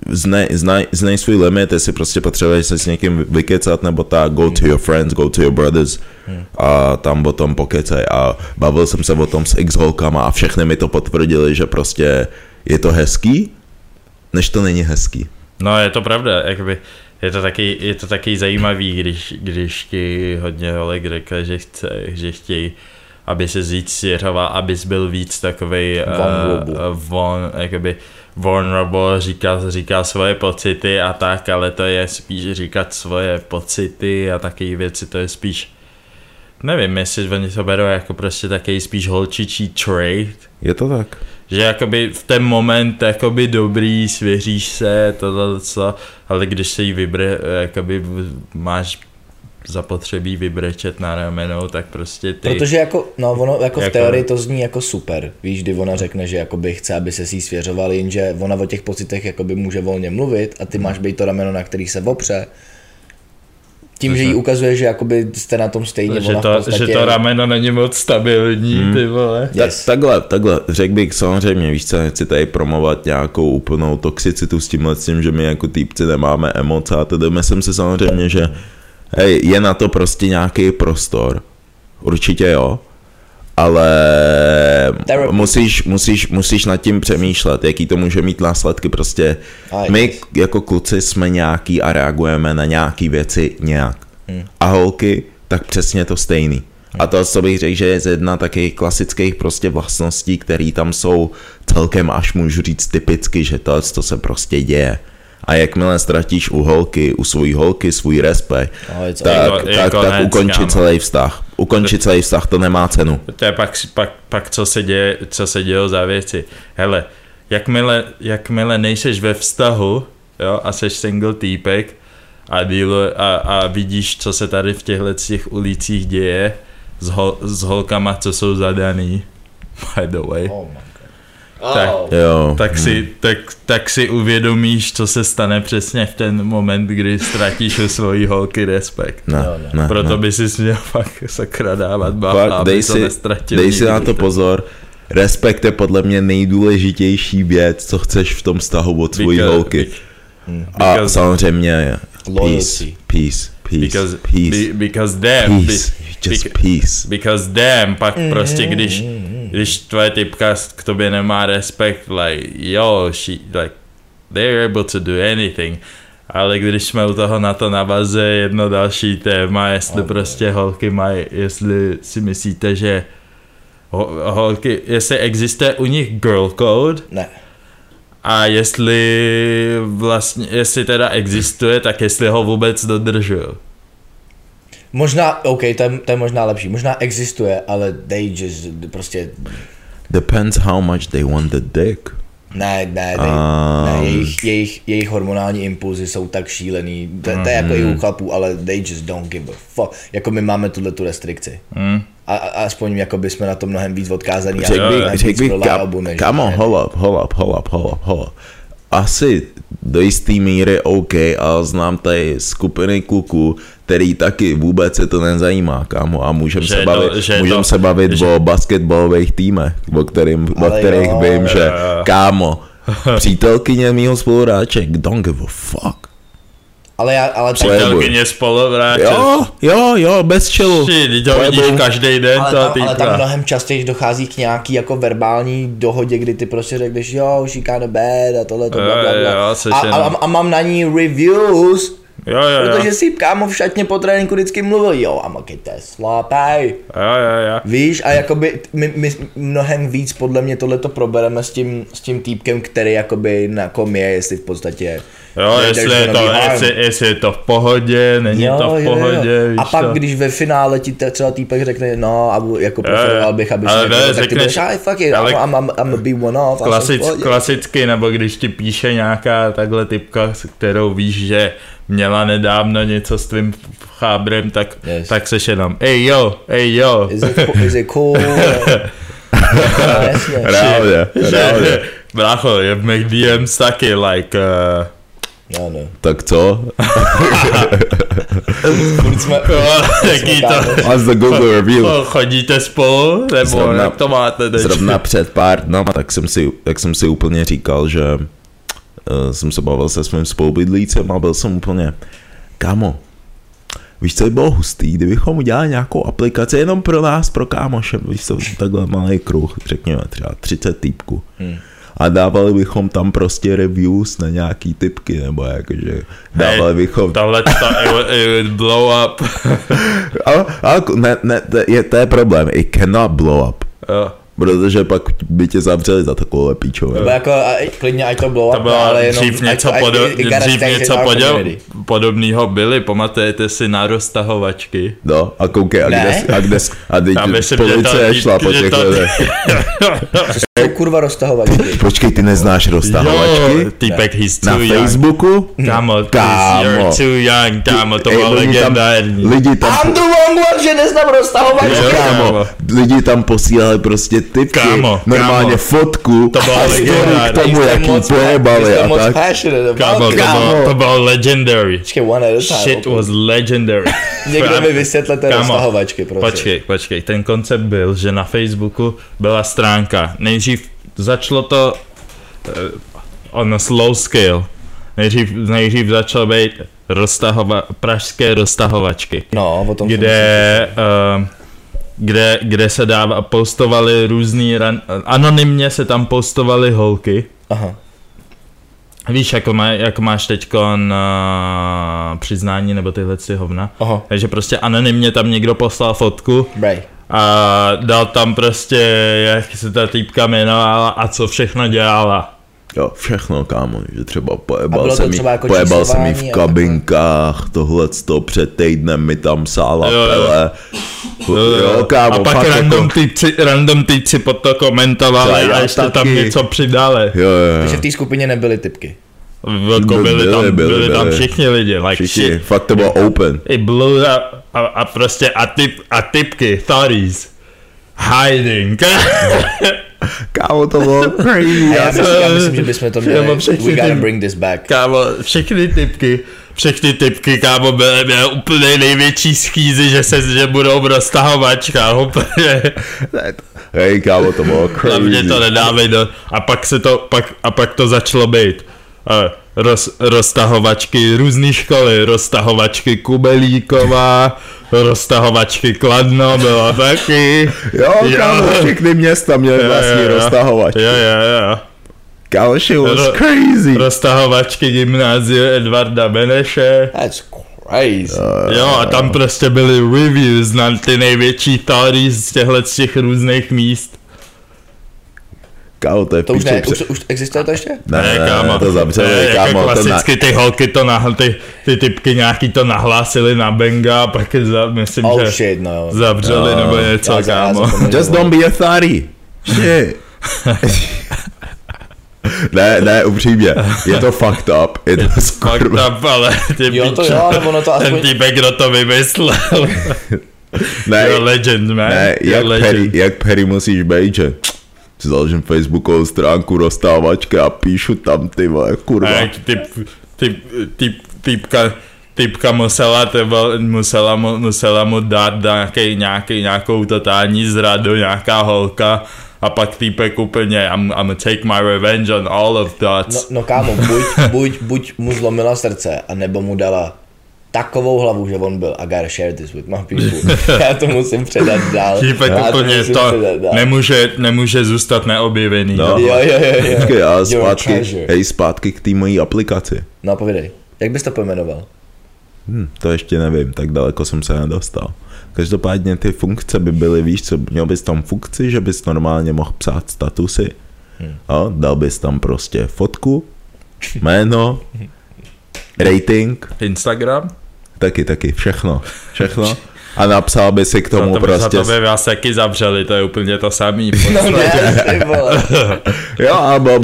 Speaker 2: znej svůj limit, jestli prostě potřebuješ se s někým vykecat, nebo tak, go to your friends, go to your brothers a tam o tom pokecej. A bavil jsem se o tom s x holkama a všechny mi to potvrdili, že prostě je to hezký, než to není hezký.
Speaker 1: No, je to pravda, jakoby je to taky zajímavý, když ti hodně holek řekl, že chtějí, aby se víc svěřoval, abys byl víc takovej vulnerable, říkal svoje pocity a tak, ale to je spíš říkat svoje pocity a takové věci, to je spíš, nevím, jestli oni to berou jako prostě takový spíš holčičí trait.
Speaker 2: Je to tak.
Speaker 1: Že jakoby v ten moment jakoby dobrý, svěříš se, ale když se jí jakoby máš zapotřebí vybrečet na rameno, tak prostě ty...
Speaker 3: Protože jako, ono jako v teorii to zní jako super, víš, kdy ona řekne, že jakoby chce, aby se s jí svěřoval, jenže ona o těch pocitech jakoby může volně mluvit a ty máš být to rameno, na který se opře. Tím, že jí ukazuje, že jakoby jste na tom stejně,
Speaker 1: že to rameno není moc stabilní, ty vole.
Speaker 2: Yes. Takhle, řekl bych samozřejmě, víš co, nechci tady promovat nějakou úplnou toxicitu s tímhle, že my jako týpci nemáme emoce a tedy myslím si samozřejmě, že hej, je na to prostě nějaký prostor, určitě jo, ale musíš nad tím přemýšlet, jaký to může mít následky, prostě my jako kluci jsme nějaký a reagujeme na nějaký věci nějak a holky tak přesně to stejný. A to, co bych řekl, že je jedna takových klasických prostě vlastností, které tam jsou celkem, až můžu říct typicky, že to se prostě děje. A jakmile ztratíš u svojí holky svůj respekt, tak ukončit celý vztah. Ukončit celý vztah, to nemá cenu.
Speaker 1: To je pak co se děje za věci. Hele, jakmile nejseš ve vztahu, jo, a seš single týpek a vidíš, co se tady v těch ulicích děje s holkama, co jsou zadaný, by the way. Tak si uvědomíš, co se stane přesně v ten moment, kdy ztratíš u svojí holky respekt. Proto by si měl fakt sakra dávat bacha, aby to nestratil.
Speaker 2: Dej si na to pozor. Respekt je podle mě nejdůležitější věc, co chceš v tom vztahu od svojí holky. A samozřejmě peace.
Speaker 1: Because damn, pak prostě když tvoje typka k tobě nemá respekt, like yo, they're able to do anything. Ale když jsme u toho na to navaze jedno další téma, jestli prostě holky mají, jestli si myslíte, že holky, jestli existuje u nich girl code?
Speaker 3: Ne.
Speaker 1: A jestli teda existuje, tak jestli ho vůbec dodržují.
Speaker 3: Možná, to je možná lepší. Možná existuje, ale they just prostě...
Speaker 2: Depends how much they want the dick.
Speaker 3: Ne, jejich hormonální impulzy jsou tak šílený. To je jako i u chlapů, ale they just don't give a fuck. Jako my máme tu restrikci. A aspoň jako by jsme na to mnohem víc odkázaný.
Speaker 2: Řekl bych, kamo, hold up. Asi do jistý míry OK, ale znám tady skupiny kluků, který taky vůbec se to nezajímá, kámo, a můžeme se bavit o basketbalových týmech, o kterých vím, že kámo, přítelkyně mýho spoluhráče, don't give a fuck.
Speaker 3: Ale
Speaker 1: přítelkyně spoluhráče.
Speaker 2: Jo, bez chillu.
Speaker 1: To vidíš každý den.
Speaker 3: Ale tam mnohem častěji dochází k nějaký jako verbální dohodě, kdy ty prostě řekneš, jo, she kinda bad a tohle, a mám na ní reviews.
Speaker 1: Jo.
Speaker 3: Protože si kámo v šatně po tréninku vždycky mluvil, jo, a maky to je slapaj.
Speaker 1: Jo.
Speaker 3: Víš, a jakoby my mnohem víc podle mě tohleto probereme s tím týpkem, který jakoby na kom je, jestli v podstatě...
Speaker 1: Jo, jestli je to v pohodě, není to v pohodě, víš.
Speaker 3: A pak, když ve finále ti třeba týpek řekne, no, a jako preferoval bych, aby tak ty budeš, fuck it, I'm a be one off.
Speaker 1: Klasicky, nebo když ti píše nějaká takhle typka, kterou víš, že měla nedávno něco s tvým chábrem, tak seš jenom, ej jo.
Speaker 3: Is it cool?
Speaker 2: Reálně.
Speaker 1: Brácho, je v mých DMs taky, like...
Speaker 3: No.
Speaker 2: Tak co?
Speaker 1: As the Google review. Chodíte spolu? Nebo jak to máte teď?
Speaker 2: Zrovna před pár dnama, tak jsem si úplně říkal, že jsem se bavil se svým spolubydlícem a byl jsem úplně, kámo, víš, co by bylo hustý, kdybychom udělali nějakou aplikaci jenom pro nás, pro kámoše, víš co, takhle malý kruh, řekněme třeba 30 týpků. A dávali bychom tam prostě reviews na nějaký typky, nebo jakože dávali bychom...
Speaker 1: Tohle it blow up.
Speaker 2: To je problém, it cannot blow up. Protože pak by tě zavřeli za takovou píčové.
Speaker 3: Nebo jako klidně ať to blow up, ale jenom...
Speaker 1: Dřív něco podobného byly, pamatujete si na roztahovačky?
Speaker 2: No, a koukej, a kde policie šla po těch lidech.
Speaker 3: To kurva roztahovačky.
Speaker 2: Počkej, ty neznáš roztahovačky?
Speaker 1: Týpek, he's too
Speaker 2: young. Na Facebooku?
Speaker 1: Kámo, you're too young, kámo, to bylo legendární.
Speaker 3: I'm the wrong one, že neznám roztahovačky.
Speaker 2: Kámo, lidi tam posílali prostě typky, normálně fotku a story k tomu, jaký pojebali a tak.
Speaker 1: Kámo, to bylo legendary. Shit was legendary.
Speaker 3: Někdo mi vysvětlete roztahovačky, prosím.
Speaker 1: Počkej, ten koncept byl, že na Facebooku byla stránka, nejdřív začalo to on a slow scale, nejdřív začalo být pražské roztahovačky,
Speaker 3: no, o tom
Speaker 1: kde se postovali různý, anonymně se tam postovaly holky.
Speaker 3: Aha.
Speaker 1: Víš, jak máš teďko na přiznání nebo tyhle hovna.
Speaker 3: Aha.
Speaker 1: Takže prostě anonymně tam někdo poslal fotku.
Speaker 3: Right.
Speaker 1: A dal tam prostě, jak se ta týpka jmenovala a co všechno dělala.
Speaker 2: Jo, všechno, kámo, že třeba pojebal jsem jí v kabinkách, tohleto před týdnem mi tam sála Pele. Jo, kámo,
Speaker 1: a pak random týpci pod to komentovali a ještě tam něco přidali.
Speaker 2: Jo.
Speaker 3: Takže v té skupině nebyly typky.
Speaker 1: Byli tam všichni lidi,
Speaker 2: všichni, fakt to bylo open.
Speaker 1: I Blue a prostě a typky, thotties, hiding.
Speaker 2: Kámo, to bylo crazy.
Speaker 3: Já myslím, že bychom to měli, we gotta bring this back.
Speaker 1: Kámo, všechny typky, kámo, byly úplně největší schýzy, že budou roztahovačka, úplně.
Speaker 2: Hej, kámo, to bylo crazy.
Speaker 1: Hlavně to nedávej a pak to začalo být. Roztahovačky různý školy, roztahovačky Kubelíková, roztahovačky Kladno bylo taky.
Speaker 2: Jo, kámo, všechny města měly vlastní roztahovačky.
Speaker 1: Jo.
Speaker 2: Kámo, shit was crazy.
Speaker 1: Roztahovačky gymnázie Edvarda Beneše.
Speaker 3: That's crazy.
Speaker 1: Jo, a tam prostě byly reviews na ty největší theories z těch různých míst.
Speaker 2: Kámo, to je
Speaker 3: to už existuje to ještě?
Speaker 2: Ne, kámo, to zavřeli, kámo.
Speaker 1: Klasicky ty holky ty typky nějaký to nahlásili na Benga a pak myslím, že zavřeli nebo něco, kámo.
Speaker 2: Just don't be a thotty. Shit. Ne, upřímně, je to fucked up,
Speaker 1: fucked up, ale ten týpek, kdo to vymyslel.
Speaker 2: Ne,
Speaker 1: you're legend, man.
Speaker 2: Ne, jak Perry musíš být, že si založím facebookovou stránku rozstávačky a píšu tam, ty vole, kurva.
Speaker 1: A jak typka musela mu dát nějakou totální zradu, nějaká holka, a pak týpek úplně, I'm gonna take my revenge on all of that.
Speaker 3: No kámo, buď mu zlomila srdce, anebo mu dala takovou hlavu, že on byl I gotta share this with my people. Já to musím předat dál.
Speaker 1: Týpek úplně to nemůže zůstat neobjevený.
Speaker 2: No. Jo. Počkej, a zpátky k té mojí aplikaci.
Speaker 3: No povědej, jak bys to pojmenoval?
Speaker 2: To ještě nevím, tak daleko jsem se nedostal. Každopádně ty funkce by byly, víš co, měl bys tam funkci, že bys normálně mohl psát statusy. A dal bys tam prostě fotku, jméno, rating.
Speaker 1: Instagram?
Speaker 2: Taky, všechno. A napsal by si k tomu
Speaker 1: to
Speaker 2: prostě...
Speaker 1: Za to by vás taky zavřeli, to je úplně to samý.
Speaker 2: Jo, a byl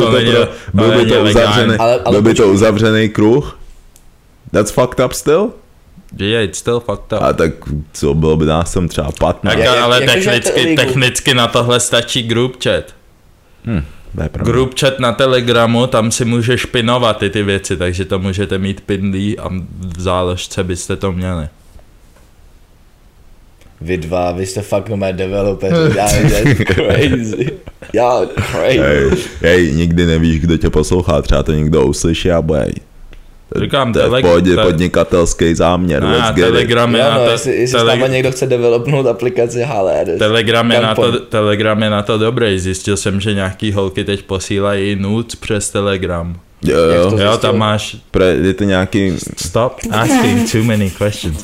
Speaker 2: by to uzavřený kruh. That's fucked up still?
Speaker 1: Yeah, it's still fucked up.
Speaker 2: A tak co, bylo by nás tam třeba 15.
Speaker 1: Ale technicky na tohle stačí group chat. Group chat na Telegramu, tam si můžeš pinovat ty věci, takže to můžete mít pinlý a v záložce byste to měli.
Speaker 3: Vy jste fakt nomé developeři, that's crazy. Yeah, crazy.
Speaker 2: Hej, nikdy nevíš, kdo tě poslouchá, třeba to někdo uslyší a bude.
Speaker 1: Říkám,
Speaker 2: to je v pohodě podnikatelský záměr, let's get
Speaker 3: Telegram je jestli tam někdo chce developnout aplikaci,
Speaker 1: Telegram je na to dobrý, zjistil jsem, že nějaký holky teď posílají nudes přes Telegram. Jo, tam máš...
Speaker 2: Je to nějaký...
Speaker 1: Stop asking too many questions.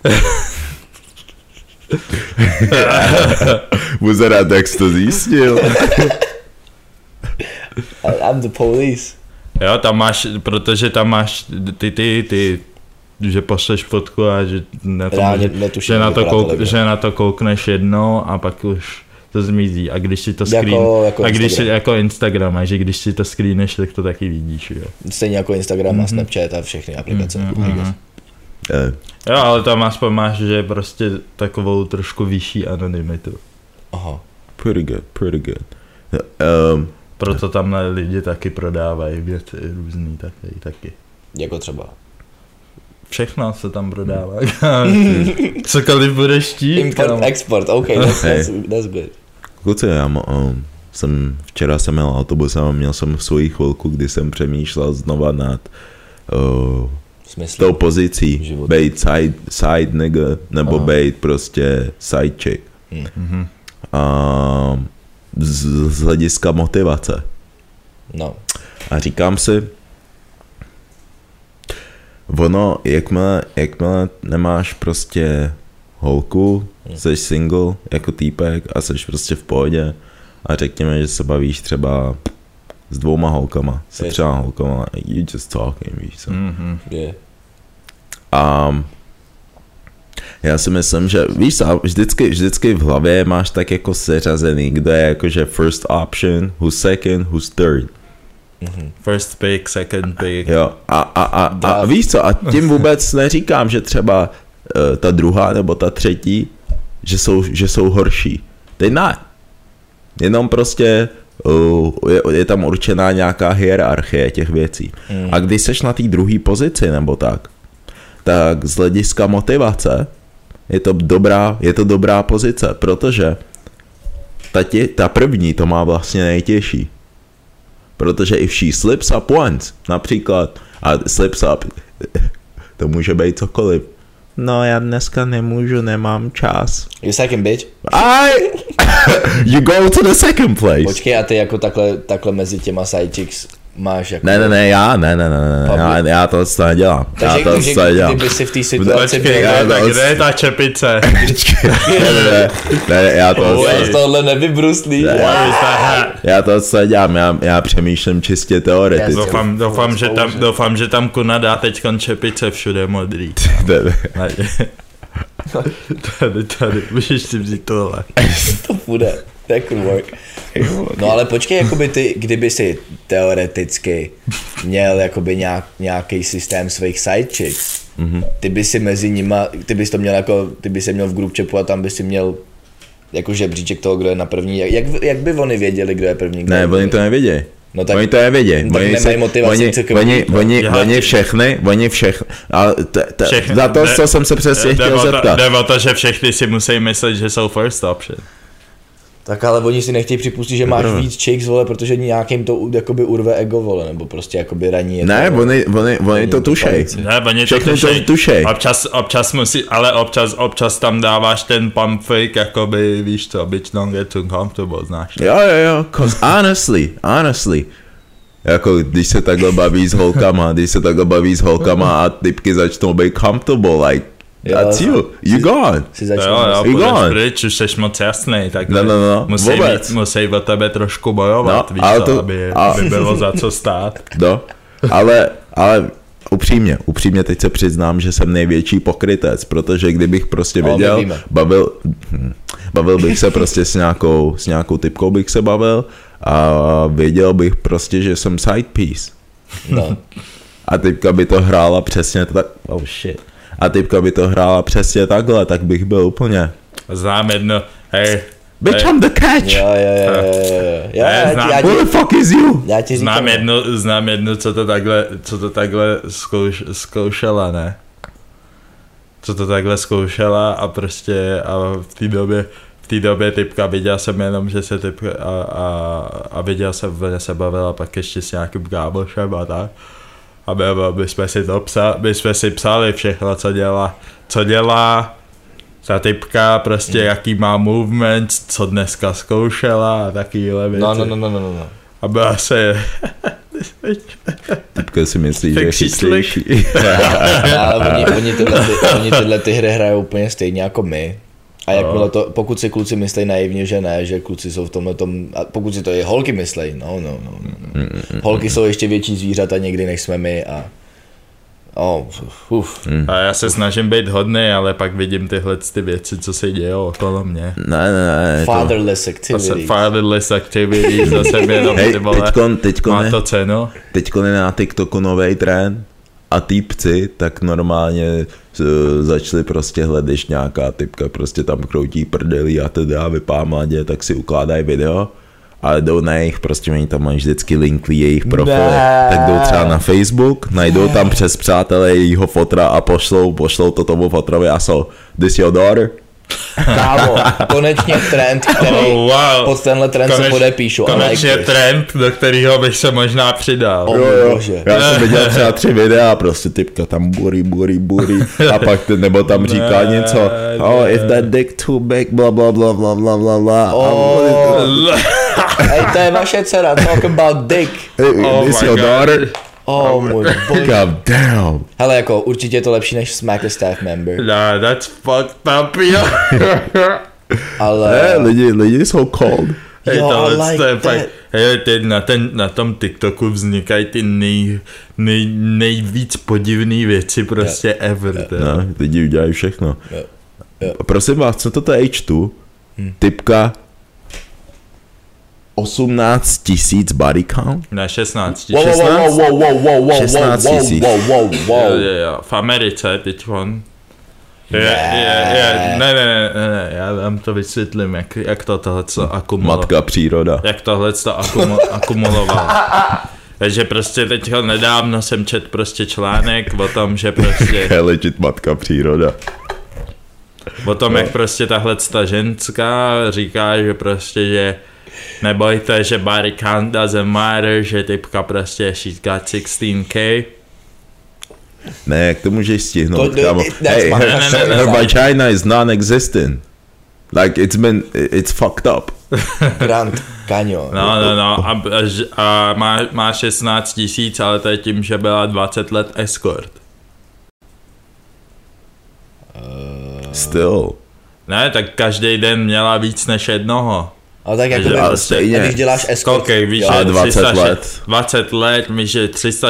Speaker 2: Buzerat, jak jsi to zjistil?
Speaker 3: I'm the police.
Speaker 1: Jo, tam máš, protože tam máš ty že pošleš fotku a že na to koukneš jednou a pak už to zmizí. A když si to jako Instagram, a že když si to screeneš, tak to taky vidíš, jo.
Speaker 3: Stejně jako Instagram a Snapchat a všechny aplikace.
Speaker 1: Jo, ale tam aspoň máš, že prostě takovou trošku vyšší anonymitu.
Speaker 3: Aha.
Speaker 2: Pretty good.
Speaker 1: Proto tam lidi taky prodávají věci různý taky.
Speaker 3: Jako třeba?
Speaker 2: Všechno
Speaker 1: se tam prodává. Cokoliv budeš chtít.
Speaker 3: Import, export, OK, that's good.
Speaker 2: Kluci, včera jsem měl autobus a měl jsem svoji chvilku, kdy jsem přemýšlel znova nad tou pozicí. Bejt side nigga, nebo bejt prostě side chick. A z hlediska motivace.
Speaker 3: No.
Speaker 2: A říkám si, ono, jakmile nemáš prostě holku, jsi single jako týpek a jsi prostě v pohodě a řekněme, že se bavíš třeba s 2 holkama, se 3 holkama, you just talking, víš co.
Speaker 3: Yeah.
Speaker 2: Já si myslím, že víš co, vždycky v hlavě máš tak jako seřazený, kdo je jakože first option, who's second, who's third.
Speaker 1: First pick, second pick.
Speaker 2: Jo, a víš co, a tím vůbec neříkám, že třeba ta druhá nebo ta třetí, že jsou horší. They not. Jenom prostě je tam určená nějaká hierarchie těch věcí. A když seš na té druhé pozici nebo tak z hlediska motivace je to dobrá pozice, protože ta první to má vlastně nejtěžší. Protože if she slips up once, například, a slips up, to může být cokoliv. No, já dneska nemůžu, nemám čas.
Speaker 3: You second bitch.
Speaker 2: You go to the second place.
Speaker 3: Počkej, a ty jako takhle mezi těma side chicks máš jako...
Speaker 2: Ne, já to nedělám.
Speaker 3: Takže kdyby si v té situaci...
Speaker 1: Počkej, kde je ta čepice?
Speaker 2: Ne, já to...
Speaker 3: Z tohohle nevybruslí.
Speaker 2: Já to nedělám, já přemýšlím čistě teoreticky.
Speaker 1: Doufám, že tam Kuna dá teďkon čepice všude modrý. Tady, můžeš si vzít tohle.
Speaker 3: To bude, that could work. No ale počkej, jakoby ty, kdyby si teoreticky měl jakoby nějaký systém svých side chicks, ty by si mezi nima, ty bys to měl jako, ty by se měl v group chatu a tam by si měl jako žebříček toho, kdo je na první, jak by oni věděli, kdo je první?
Speaker 2: Ne, oni to nevědějí.
Speaker 3: No tak,
Speaker 2: oni to nevědějí.
Speaker 3: Tak nemají motivaci.
Speaker 2: Oni všechny, ale za to, co jsem se přesně chtěl zeptat.
Speaker 1: Jde o to, že všechny si musí myslet, že jsou first option.
Speaker 3: Tak ale oni si nechtějí připustit, že máš víc chicks, vole, protože nějakým to jakoby urve ego, vole, nebo prostě jakoby raní je to.
Speaker 2: Ne, oni to tušej.
Speaker 1: Ne, oni to tušej. Občas musí, ale občas tam dáváš ten pump fake, jakoby, víš co, bitch don't get too comfortable, znáš.
Speaker 2: Jo, cause honestly, jako když se takhle baví s holkama a typky začnou být comfortable, like, that's you gone.
Speaker 1: Půjdeš pryč, už seš moc jasnej, tak musí o tebe trošku bojovat, víš co, aby bylo za co stát.
Speaker 2: No, ale upřímně teď se přiznám, že jsem největší pokrytec, protože kdybych prostě věděl, bavil bych se prostě s nějakou typkou bych se bavil a věděl bych prostě, že jsem side piece.
Speaker 3: No.
Speaker 2: A typka by to hrála přesně tak, oh shit. A typka by to hrála přesně takhle, tak bych byl úplně...
Speaker 1: Znám jedno, hej...
Speaker 2: Bitch, I'm the catch! Who the fuck is you?
Speaker 1: Znám jedno, co to takhle zkoušela, ne? Co to takhle zkoušela a prostě v té době typka, viděl jsem jenom, že se typka a viděl jsem, že se bavila pak ještě s nějakým kámošem a tak. A my jsme si psali všechno, co dělá ta typka, prostě jaký má movement, co dneska zkoušela a takovýhle věci.
Speaker 3: No.
Speaker 1: A byla se...
Speaker 2: Typka si myslí, že je chytřejší.
Speaker 3: Ale oni tyhle ty hry hrajou úplně stejně jako my. A jakmile to, pokud si kluci myslí naivně, že ne, že kluci jsou v tomhletom, a pokud si to i holky myslí, no. Holky jsou ještě větší zvířata někdy, než jsme my a...
Speaker 1: A já se snažím být hodnej, ale pak vidím tyhle ty věci, co se dějou okolo mě.
Speaker 2: Ne.
Speaker 3: Fatherless activities.
Speaker 1: Fatherless activities, zase jenom ty vole, má to cenu.
Speaker 2: Teďko je na TikToku novej trend a týpci tak normálně začali prostě hledat nějaká typka, prostě tam kroutí prdelí a teda vypadá mladě, tak si ukládají video. Ale jdou na jejich, prostě oni tam mají vždycky linky jejich profily, tak jdou třeba na Facebook, najdou tam přes přátelé jejího fotra a pošlou to tomu fotrovi a so, this your daughter?
Speaker 3: Kámo, konečně trend, který pod tenhle trend se podepíšu.
Speaker 1: Konečně trend, do kterého bych se možná přidal.
Speaker 3: Bože.
Speaker 2: Já jsem viděl třeba 3 videa a prostě typka tam bury a pak nebo tam říká něco, if that dick too big, bla bla bla bla bla bla bla.
Speaker 3: Hej, to je vaše dcera, talk about dick.
Speaker 2: This your daughter?
Speaker 3: Můj bože.
Speaker 2: God damn.
Speaker 3: Hele, jako určitě je to lepší než smack a staff member.
Speaker 1: Nah, that's fucked up, yo.
Speaker 3: Ale...
Speaker 2: Lidi jsou cold.
Speaker 1: Na tom TikToku vznikají ty nejvíc podivný věci prostě ever.
Speaker 2: No, lidi udělají všechno. Prosím vás, co to je H2? Typka 18 000 body count?
Speaker 1: Ne, 16
Speaker 3: 000.
Speaker 2: 16 000.
Speaker 1: V Americe teď on. Ne, já vám to vysvětlím, jak to tohleto akumuloval.
Speaker 2: Matka příroda.
Speaker 1: Jak tohleto akumuloval. Takže prostě teď nedávno jsem četl prostě článek o tom, že prostě...
Speaker 2: Je legit matka příroda.
Speaker 1: O tom, jak prostě tahle ženská říká, že prostě, že nebojte, že body count doesn't matter, že typka prostě she's got 16K.
Speaker 2: Ne, jak to můžeš stihnout, kámo? Hey, her vagina is non-existent. Like, it's fucked up.
Speaker 3: Grand Canyon.
Speaker 1: No. A má 16 000, ale to je tím, že byla 20 let escort.
Speaker 2: Still.
Speaker 1: Ne, tak každý den měla víc než jednoho.
Speaker 3: Ale tak jako když děláš escort.
Speaker 1: Okay, víš, 20 let, víš, že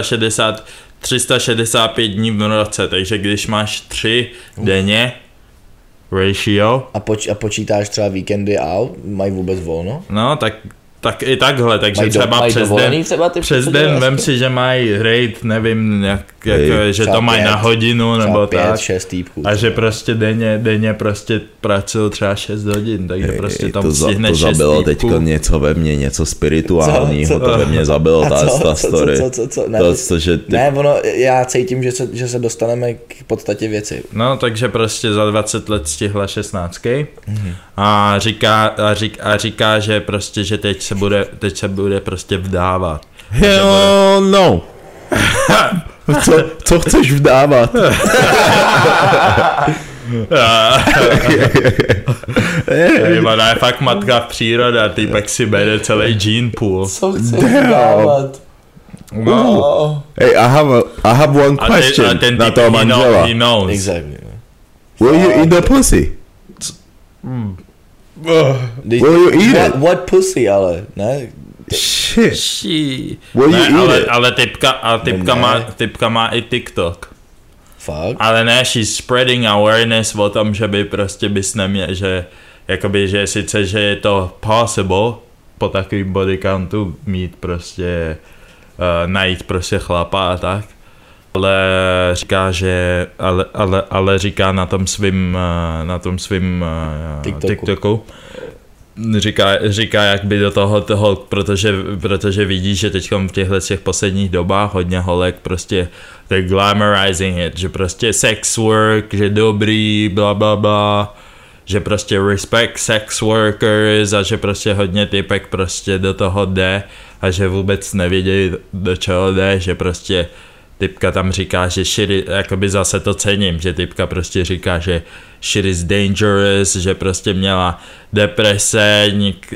Speaker 1: 365 dní v roce, takže když máš 3 denně, ratio.
Speaker 3: A počítáš třeba víkendy out, mají vůbec volno?
Speaker 1: No, tak i takhle, takže třeba přes den vem si, že mají rate, nevím, že to mají na hodinu nebo 5, tak.
Speaker 3: 6 týpků.
Speaker 1: A že prostě denně prostě pracují třeba 6 hodin, takže prostě tam stihneš 6 týpků.
Speaker 2: To zabilo teďko něco ve mně, něco spirituálního, to ve mně zabilo, ta story.
Speaker 3: Ne, ono, já cítím, že se dostaneme k podstatě věci.
Speaker 1: No, takže prostě za 20 let stihla 16K a říká, že prostě, že teď se bude prostě vdávat.
Speaker 2: Hell no. Co chceš vdávat?
Speaker 1: Ona je fakt matka v příroda, týpek si bere celý gene pool.
Speaker 3: Co chceš vdávat?
Speaker 1: No.
Speaker 2: Hey, I have one question na toho manžela.
Speaker 1: He knows.
Speaker 3: Exactly.
Speaker 2: Will you eat the pussy? Will you eat it?
Speaker 3: What pussy, ale, ne?
Speaker 2: Shit. Will you eat it?
Speaker 1: Ale typka má i TikTok.
Speaker 3: Fuck.
Speaker 1: Ale ne, she's spreading awareness o tom, že by prostě bys neměl, že jakoby, že sice, že je to possible po takovým body countu mít prostě najít prostě chlapa a tak. Ale říká, že ale říká na tom svým TikToku. Říká, jak by do toho, protože vidí, že teď v těchto těch posledních dobách hodně holek prostě they're glamorizing it, že prostě sex work, že dobrý, bla bla bla, že prostě respect sex workers a že prostě hodně typek prostě do toho jde a že vůbec nevědějí, do čeho jde, že prostě typka tam říká, že shit, jakoby zase to cením, že typka prostě říká, že shit is dangerous, že prostě měla deprese,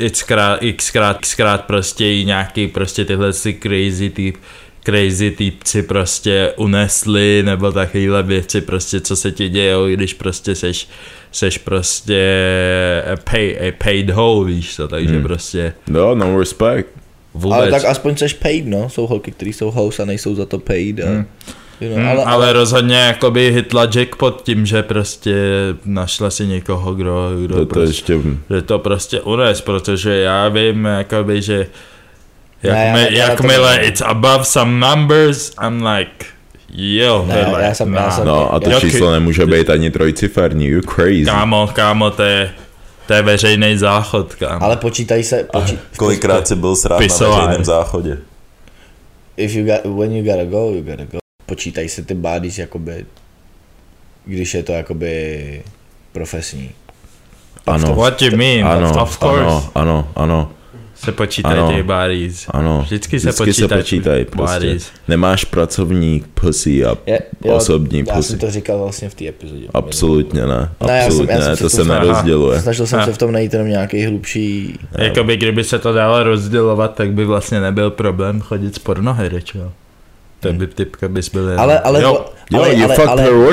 Speaker 1: xkrát prostě jí nějaký prostě tyhle si crazy týpci prostě unesli, nebo takovýhle věci prostě, co se ti dějou, když prostě seš prostě a paid hoe, víš to, takže prostě...
Speaker 2: No respect.
Speaker 3: Vůbec. Ale tak aspoň seš paid, no, jsou holky, který jsou house a nejsou za to paid.
Speaker 1: Ale rozhodně jakoby hitla jackpot tím, že prostě našla si někoho, kdo že to prostě unes, protože já vím, jakoby, že jakmile it's above some numbers, I'm like, yo,
Speaker 2: no a to číslo nemůže být ani trojciferní, you're crazy.
Speaker 1: Kámo, to je veřejný záchod, kámo.
Speaker 3: Ale počítají se...
Speaker 2: Kolikrát jsi byl srát na veřejném záchodě?
Speaker 3: When you gotta go, you gotta go. Počítají se ty bodies jakoby, když je to jakoby profesní.
Speaker 2: Ano.
Speaker 1: What you mean?
Speaker 2: Ano,
Speaker 1: of course.
Speaker 2: Ano.
Speaker 1: Se počítají ty bodies.
Speaker 2: Ano.
Speaker 1: Vždycky se počítají
Speaker 2: prostě. Nemáš pracovní pussy a osobní pussy.
Speaker 3: Já jsem to říkal vlastně v té epizodě.
Speaker 2: Absolutně ne. Absolutně ne, to se nerozděluje.
Speaker 3: Snažil jsem se v tom najít jenom nějaký hlubší...
Speaker 1: Jakoby kdyby se to dalo rozdělovat, tak by vlastně nebyl problém chodit z pornohry, čo? To by typka bys byl...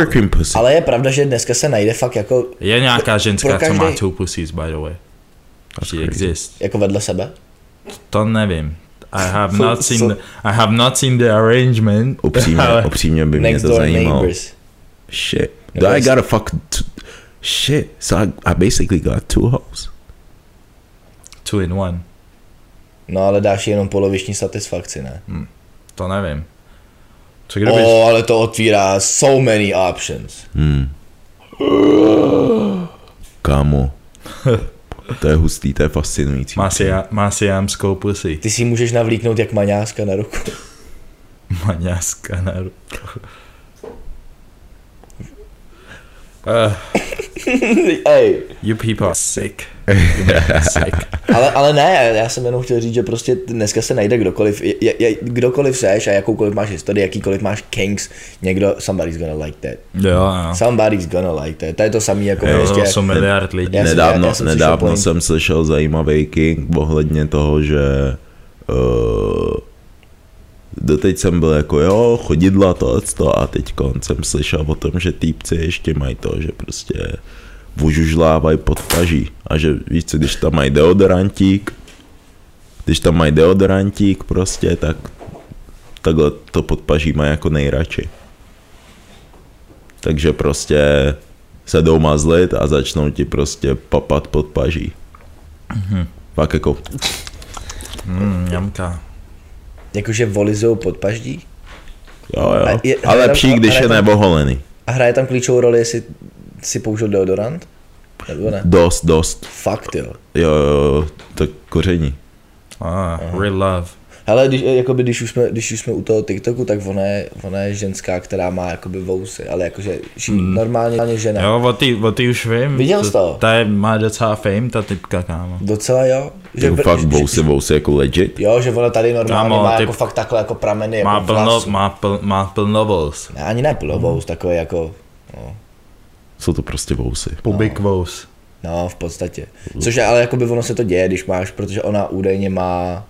Speaker 3: Ale je pravda, že dneska se najde fakt jako...
Speaker 1: Je nějaká ženská, co má two pussies, by the way. She exists.
Speaker 3: Jako vedle sebe?
Speaker 1: To nevím. I have not seen the arrangement.
Speaker 2: Upřímně by mě to zajímalo. Neighbors. Shit. I got a fuck... Shit. So I basically got 2 hoes.
Speaker 1: 2 in 1.
Speaker 3: No ale dáš jenom poloviční satisfakci, ne?
Speaker 1: To nevím.
Speaker 3: Co ale to otvírá so many options.
Speaker 2: Kámo. To je hustý, to je fascinující.
Speaker 1: Má si jámskou pusy.
Speaker 3: Ty si můžeš navlíknout jak maňáska na ruku.
Speaker 1: Maňáska na ruku.
Speaker 3: Hey.
Speaker 1: You people are sick.
Speaker 3: ale ne, já jsem jenom chtěl říct, že prostě dneska se najde kdokoliv, kdokoliv seš a jakoukoliv máš historii, jakýkoliv máš kinks, někdo, somebody's gonna like that.
Speaker 1: Jo.
Speaker 3: Somebody's gonna like that. To je to samý jako
Speaker 1: ještě. 8 miliard lidí.
Speaker 2: Nedávno jsem slyšel zajímavý king ohledně toho, že doteď jsem byl jako jo, chodidla tohleto a teď jsem slyšel o tom, že týpci ještě mají to, že prostě vužužlávají pod paží a že víš co, když tam mají deodorantík prostě, tak takhle to pod paží mají jako nejradši. Takže prostě se jdou mazlit a začnou ti prostě papat pod paží. Pak jako
Speaker 1: ňamka.
Speaker 3: Jakože volizou pod paží?
Speaker 2: Jo. A lepší, když je neoholený.
Speaker 3: A hraje tam klíčovou roli, jestli si použil deodorant? Nebo ne?
Speaker 2: Dost.
Speaker 3: Fakt jo.
Speaker 2: Jo, to koření.
Speaker 1: Real love.
Speaker 3: Hele, když už jsme u toho TikToku, tak ona je ženská, která má jakoby vousy, ale jakože normálně žena.
Speaker 1: Jo, o ty už vím.
Speaker 3: Viděl jsi to?
Speaker 1: Ta má docela fame, ta typka, kámo.
Speaker 3: Docela jo.
Speaker 2: Že fakt vousy jako legit?
Speaker 3: Jo, že ona tady normálně má jako fakt takhle jako prameny.
Speaker 1: Má plno vous.
Speaker 3: Ne, ani ne plno vous, takové jako... No.
Speaker 2: Jsou to prostě vousy.
Speaker 1: Public vous.
Speaker 3: No, v podstatě. Což ale jakoby ono se to děje, když máš, protože ona údajně má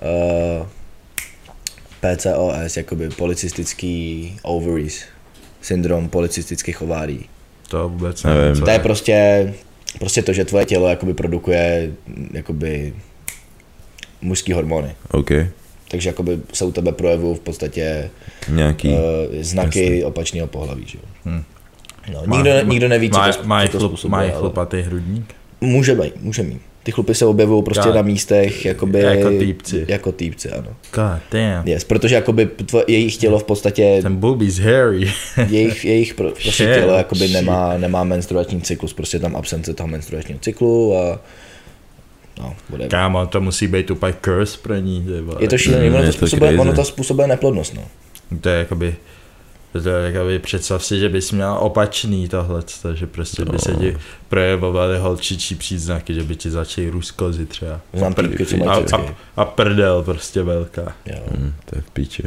Speaker 3: PCOS, jakoby policistický ovaries, syndrom policistických ovárií.
Speaker 1: To vůbec nevím.
Speaker 3: To je prostě to, že tvoje tělo jakoby produkuje jakoby mužský hormony.
Speaker 2: Okay.
Speaker 3: Takže jakoby se u tebe projevují v podstatě nějaký znaky opačného pohlaví, že jo. No, nikdo neví, co to způsobuje.
Speaker 1: Mají chlupatý hrudník?
Speaker 3: Může mít. Ty chlupy se objevují prostě na místech jakoby... Jako týpci, ano.
Speaker 1: God damn.
Speaker 3: Yes, protože jakoby jejich tělo v podstatě...
Speaker 1: Ten booby's hairy.
Speaker 3: jejich prostě tělo jakoby nemá menstruační cyklus, prostě tam absence toho menstruačního cyklu a... No, whatever.
Speaker 1: Kámo, to musí být úplně curse pro ní.
Speaker 3: Je to šílený, ono to způsobuje neplodnost, no.
Speaker 1: To je jakoby představ si, že bys měla opačný tohleto, že prostě by se ti projevovaly holčičí příznaky, že by ti začaly růst kozy třeba. A prdel prostě velká.
Speaker 2: To je v píči.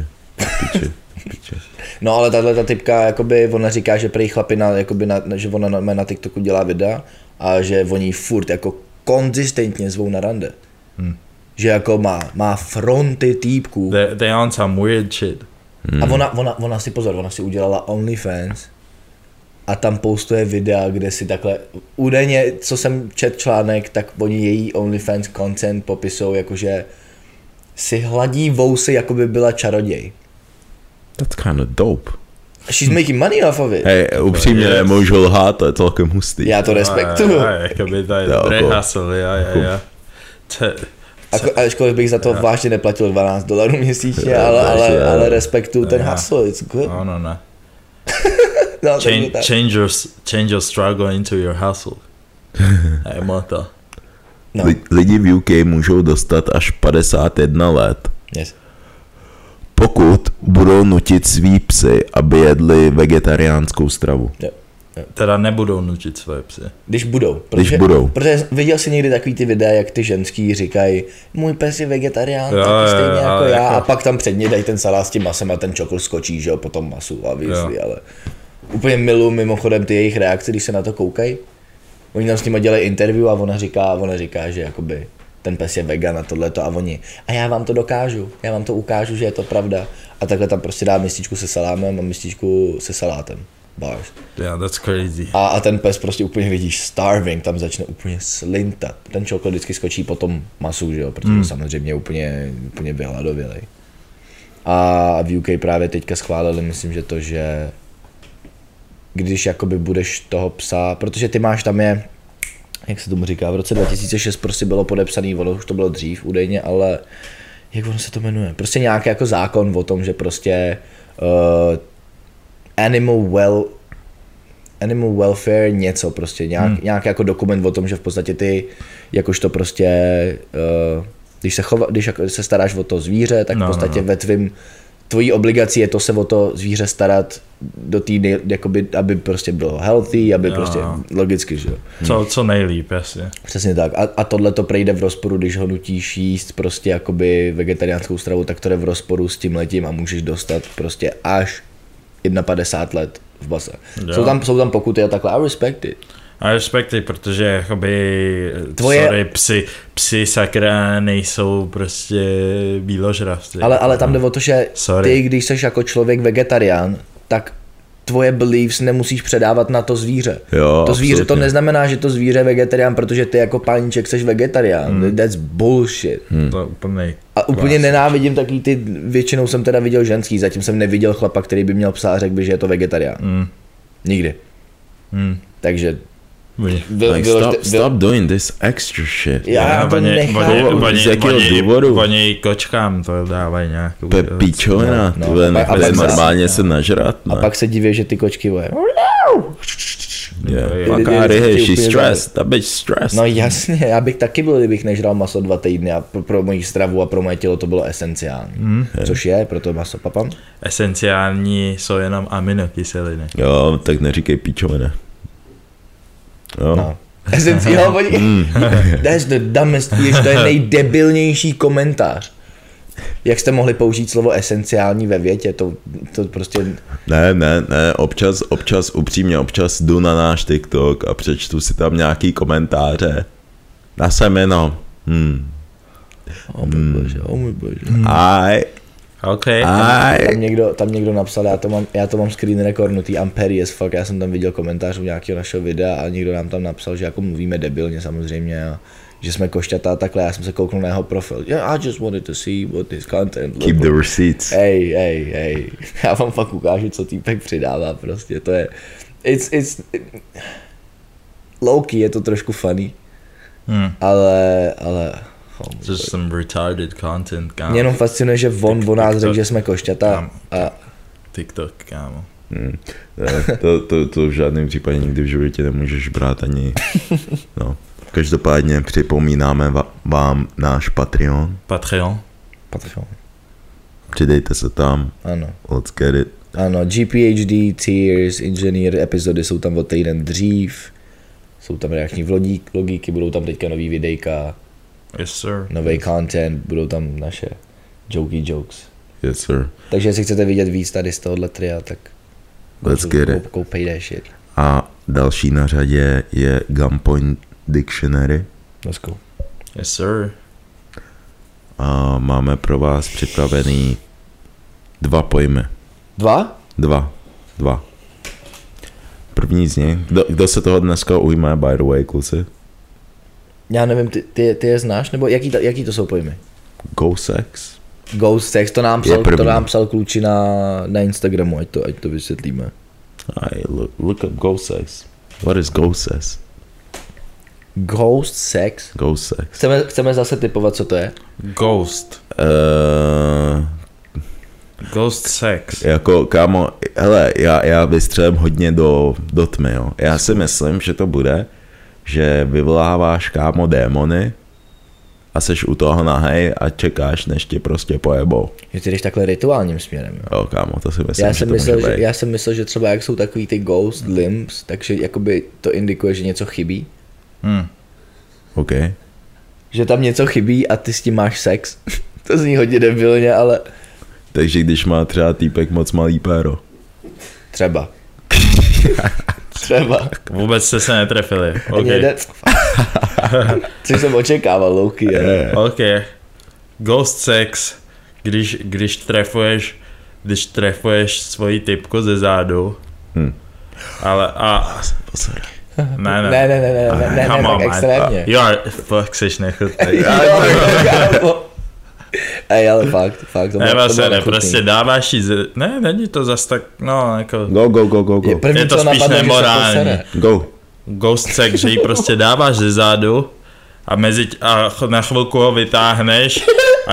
Speaker 3: No ale tato typka, jakoby, ona říká, že prý chlapi že ona na TikToku dělá videa a že oni furt jako konzistentně zvou na rande. Že jako má fronty týpků.
Speaker 1: They on some weird shit.
Speaker 3: A ona si udělala OnlyFans a tam postuje videa, kde si takhle, údajně, co jsem čet článek, tak oni její OnlyFans content popisou, jakože si hladí vousy, jako by byla čaroděj.
Speaker 2: That's kind of dope.
Speaker 3: She's making money off of it.
Speaker 2: Hej, upřímně nemůžu lhát, to je celkem hustý.
Speaker 3: Já to respektuju.
Speaker 1: Jakoby to je dobrý hustle, ja.
Speaker 3: Ačkoliv bych za to vážně neplatil $12 měsíčně, ale respektuju ten hustle, it's good.
Speaker 1: No. No, change your struggle into your hustle. Hej, moto.
Speaker 2: No. Lidi v UK můžou dostat až 51 let.
Speaker 3: Yes.
Speaker 2: Pokud budou nutit svý psy, aby jedli vegetariánskou stravu.
Speaker 3: Jo.
Speaker 1: Teda nebudou nutit svoje psy.
Speaker 3: Když budou. Protože viděl jsi někdy takový ty videa, jak ty ženský říkají, můj pes je vegetarián, taky stejně jako já, a pak tam před ní dají ten salát s tím masem a ten čokl skočí, že jo, po tom masu a výsli, ale úplně miluji mimochodem ty jejich reakce, když se na to koukají. Oni tam s nimi dělají interview a ona říká, že jakoby ten pes je vegan a tohleto a oni, a já vám to dokážu, já vám to ukážu, že je to pravda. A takhle tam prostě dá mističku se salámem a mističku se salátem. Bars.
Speaker 1: Yeah, that's crazy.
Speaker 3: A ten pes prostě úplně vidíš starving, tam začne úplně slintat. Ten čokol vždycky skočí po tom masu, že jo, protože samozřejmě je úplně vyhladovělej. A v UK právě teďka schválili, myslím, že to, že když jakoby budeš toho psa, protože ty máš tam je, jak se tomu říká, v roce 2006 prostě bylo podepsaný, ono už to bylo dřív údajně, ale jak ono se to jmenuje? Prostě nějaký jako zákon o tom, že prostě animal welfare něco prostě, nějaký jako dokument o tom, že v podstatě ty jakožto prostě když se staráš o to zvíře, tak v podstatě ve tvojí obligací je to se o to zvíře starat do té, jakoby, aby prostě bylo healthy, aby prostě logicky, že jo.
Speaker 1: Co nejlíp, jasně.
Speaker 3: Přesně tak. A tohle to prejde v rozporu, když ho nutíš jíst prostě jakoby vegetariánskou stravu, tak to jde v rozporu s tímhletím a můžeš dostat prostě až 51 let v base. Jsou tam pokuty a takhle. I respect it.
Speaker 1: I respect it, protože jakoby psi sakra nejsou prostě bíložravci.
Speaker 3: Ale tam jde o to, že ty, když jsi jako člověk vegetarián, tak tvoje beliefs nemusíš předávat na to zvíře.
Speaker 2: Jo,
Speaker 3: to zvíře,
Speaker 2: absolutně.
Speaker 3: to neznamená, že to zvíře je vegetarián, protože ty jako páníček jsi vegetarián. That's bullshit.
Speaker 1: To úplně.
Speaker 3: A úplně nenávidím takový ty, většinou jsem teda viděl ženský, zatím jsem neviděl chlapa, který by měl psa a řekl by, že je to vegetarián. Nikdy. Takže
Speaker 2: stop doing this extra shit.
Speaker 3: Já to nechápu.
Speaker 2: Z jakého důvodu?
Speaker 1: Oni kočkám to dávají nějakou.
Speaker 2: Píčovina, tyhle nechali normálně se nažrat.
Speaker 3: A pak se diví, že ty kočky voje.
Speaker 2: She's stressed, ta bitch stressed.
Speaker 3: No jasně, já bych taky byl, kdybych nežral maso 2 týdny a pro moji stravu a pro moje tělo to bylo esenciální. Což je, proto maso papám.
Speaker 1: Esenciální jsou jenom aminokyseliny.
Speaker 2: Jo, tak neříkej píčovina. Jo.
Speaker 3: No. That's the dumbest, to je nejdebilnější komentář. Jak jste mohli použít slovo esenciální ve větě, to prostě...
Speaker 2: Ne, občas upřímně, občas jdu na náš TikTok a přečtu si tam nějaký komentáře. Na semeno.
Speaker 3: Oh můj bože.
Speaker 1: Okay.
Speaker 3: Tam někdo napsal, já to mám screen recordnutý, Amperi as fuck, já jsem tam viděl komentář u nějakého našeho videa a někdo nám tam napsal, že jako mluvíme debilně samozřejmě a že jsme košťatá takhle, já jsem se kouknul na jeho profil. Yeah, I just wanted to see what this content
Speaker 2: Keep the receipts.
Speaker 3: Hey. Já vám fakt ukážu, co týpek přidává prostě, to je... It's low-key, je to trošku funny, ale
Speaker 1: just some retarded content, kámo.
Speaker 3: Mě jenom fascinuje, že on nás řekl, že jsme košťata a...
Speaker 1: TikTok, kámo.
Speaker 2: To v žádném případě nikdy v životě nemůžeš brát ani... No. Každopádně připomínáme vám náš Patreon.
Speaker 1: Patreon.
Speaker 2: Přidejte se tam.
Speaker 3: Ano.
Speaker 2: Let's get it.
Speaker 3: Ano, GPHD, Tears, Engineer, epizody jsou tam o týden dřív. Jsou tam reakční vlogíky, budou tam teďka nový videjka.
Speaker 1: Yes, sir.
Speaker 3: Nový content, budou tam naše jokes.
Speaker 2: Yes, sir.
Speaker 3: Takže jestli chcete vidět víc tady z tohohle tria, tak
Speaker 2: let's get it.
Speaker 3: Koupej that shit.
Speaker 2: A další na řadě je Gunpoint Dictionary.
Speaker 3: Let's go.
Speaker 1: Yes, sir.
Speaker 2: A máme pro vás připravený 2 pojmy.
Speaker 3: 2?
Speaker 2: 2. První z nich. Kdo se toho dneska ujme, by the way, kluci?
Speaker 3: Já nevím, ty je znáš? Nebo jaký to jsou pojmy?
Speaker 2: Ghost sex,
Speaker 3: to nám psal kluči na Instagramu, ať to vysvětlíme.
Speaker 2: Look up ghost sex. What is ghost sex?
Speaker 3: Ghost sex? Chceme zase typovat, co to je?
Speaker 1: Ghost sex.
Speaker 2: Jako, kámo, hele, já vystřelím hodně do tmy, jo. Já si myslím, že to bude, že vyvoláváš, kámo, démony a seš u toho nahej a čekáš, než ti prostě pojebou.
Speaker 3: Že ty jdeš takhle rituálním směrem, jo?
Speaker 2: Jo, kámo, to si myslím,
Speaker 3: já jsem myslel, že třeba jak jsou takový ty ghost limbs, takže jakoby to indikuje, že něco chybí.
Speaker 2: OK.
Speaker 3: Že tam něco chybí a ty s tím máš sex. To zní hodně debilně, ale...
Speaker 2: Takže když má třeba týpek moc malý péro.
Speaker 3: Třeba.
Speaker 1: Vůbec jste se netrefili. Okay.
Speaker 3: Což jsem očekával, louky.
Speaker 1: OK. Ghost sex, když trefuješ svoji typku ze zádu Ale
Speaker 2: Pozor.
Speaker 3: Ne, tak extrémně.
Speaker 1: Jo, fakt seš nechutnej.
Speaker 3: Ej, ale fakt.
Speaker 1: Ne, prostě dáváš jí ne, není to zas tak, no, jako...
Speaker 2: Go.
Speaker 1: Je to spíš nemorální.
Speaker 2: Go.
Speaker 1: Ghost sex, že jí prostě dáváš ze zádu a na chvilku ho vytáhneš a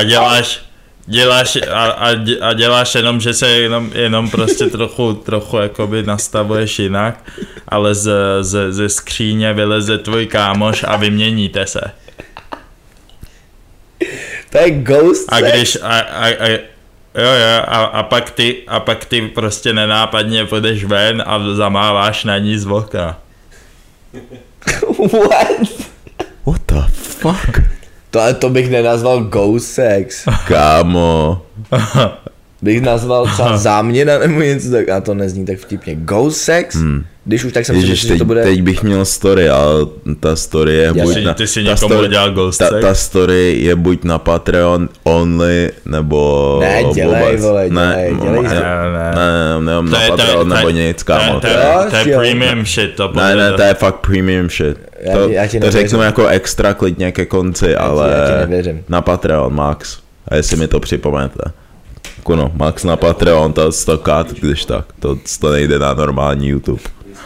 Speaker 1: děláš jenom, že se jenom prostě trochu jakoby nastavuješ jinak, ale ze skříně vyleze tvůj kámoš a vyměníte se.
Speaker 3: To je ghost
Speaker 1: a když a pak ty prostě nenápadně půjdeš ven a zamáváš na ní z okna.
Speaker 2: What the fuck?
Speaker 3: To bych nenazval ghost sex.
Speaker 2: Kámo.
Speaker 3: Bych nazval třeba záměna nebo něco tak, a to nezní tak vtipně. Ghost sex? Když už tak jsem si myslel, že to bude...
Speaker 2: Teď bych měl story, ale ta story je buď na...
Speaker 1: Ty si někomu udělal ghost sex?
Speaker 2: Ta story je buď na Patreon only, nebo...
Speaker 3: Ne, dělej, vole,
Speaker 2: dělej. Ne, na Patreon nebo nic, kámo.
Speaker 1: To je premium shit, to
Speaker 2: ne, to je fakt premium shit. To řeknu jako extra klidně ke konci, ale na Patreon, Max. A jestli mi to připomenete. No, Max na Patreon, to 100k, když tak. To nejde na normální YouTube.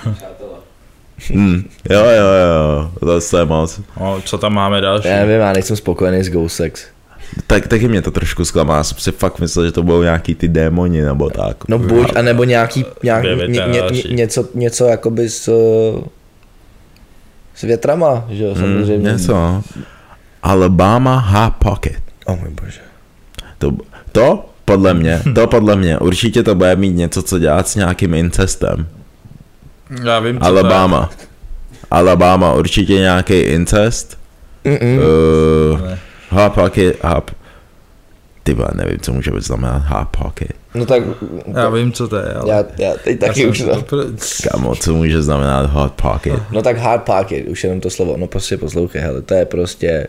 Speaker 2: Jo, to je moc.
Speaker 1: Co tam máme další?
Speaker 3: Já nevím, já nejsem spokojený s Ghost Sex.
Speaker 2: Taky mě to trošku zklamá, já jsem si fakt myslel, že to budou nějaký ty démoni nebo tak.
Speaker 3: No buď, anebo něco jakoby s větrama, že jo, samozřejmě.
Speaker 2: Něco. Alabama Hot Pocket.
Speaker 3: Oh můj bože.
Speaker 2: To podle mě, určitě to bude mít něco, co dělat s nějakým incestem.
Speaker 1: Já vím, co
Speaker 2: Alabama, určitě nějaký incest. Hot Pocket, Tyba, nevím, co může znamenat Hot Pocket.
Speaker 3: No tak...
Speaker 1: Já vím, co to je, ale...
Speaker 3: Já teď taky už to...
Speaker 2: Kámo, co může znamenat Hot Pocket?
Speaker 3: No tak Hot Pocket, už jenom to slovo, no prostě poslouchej, hele, to je prostě...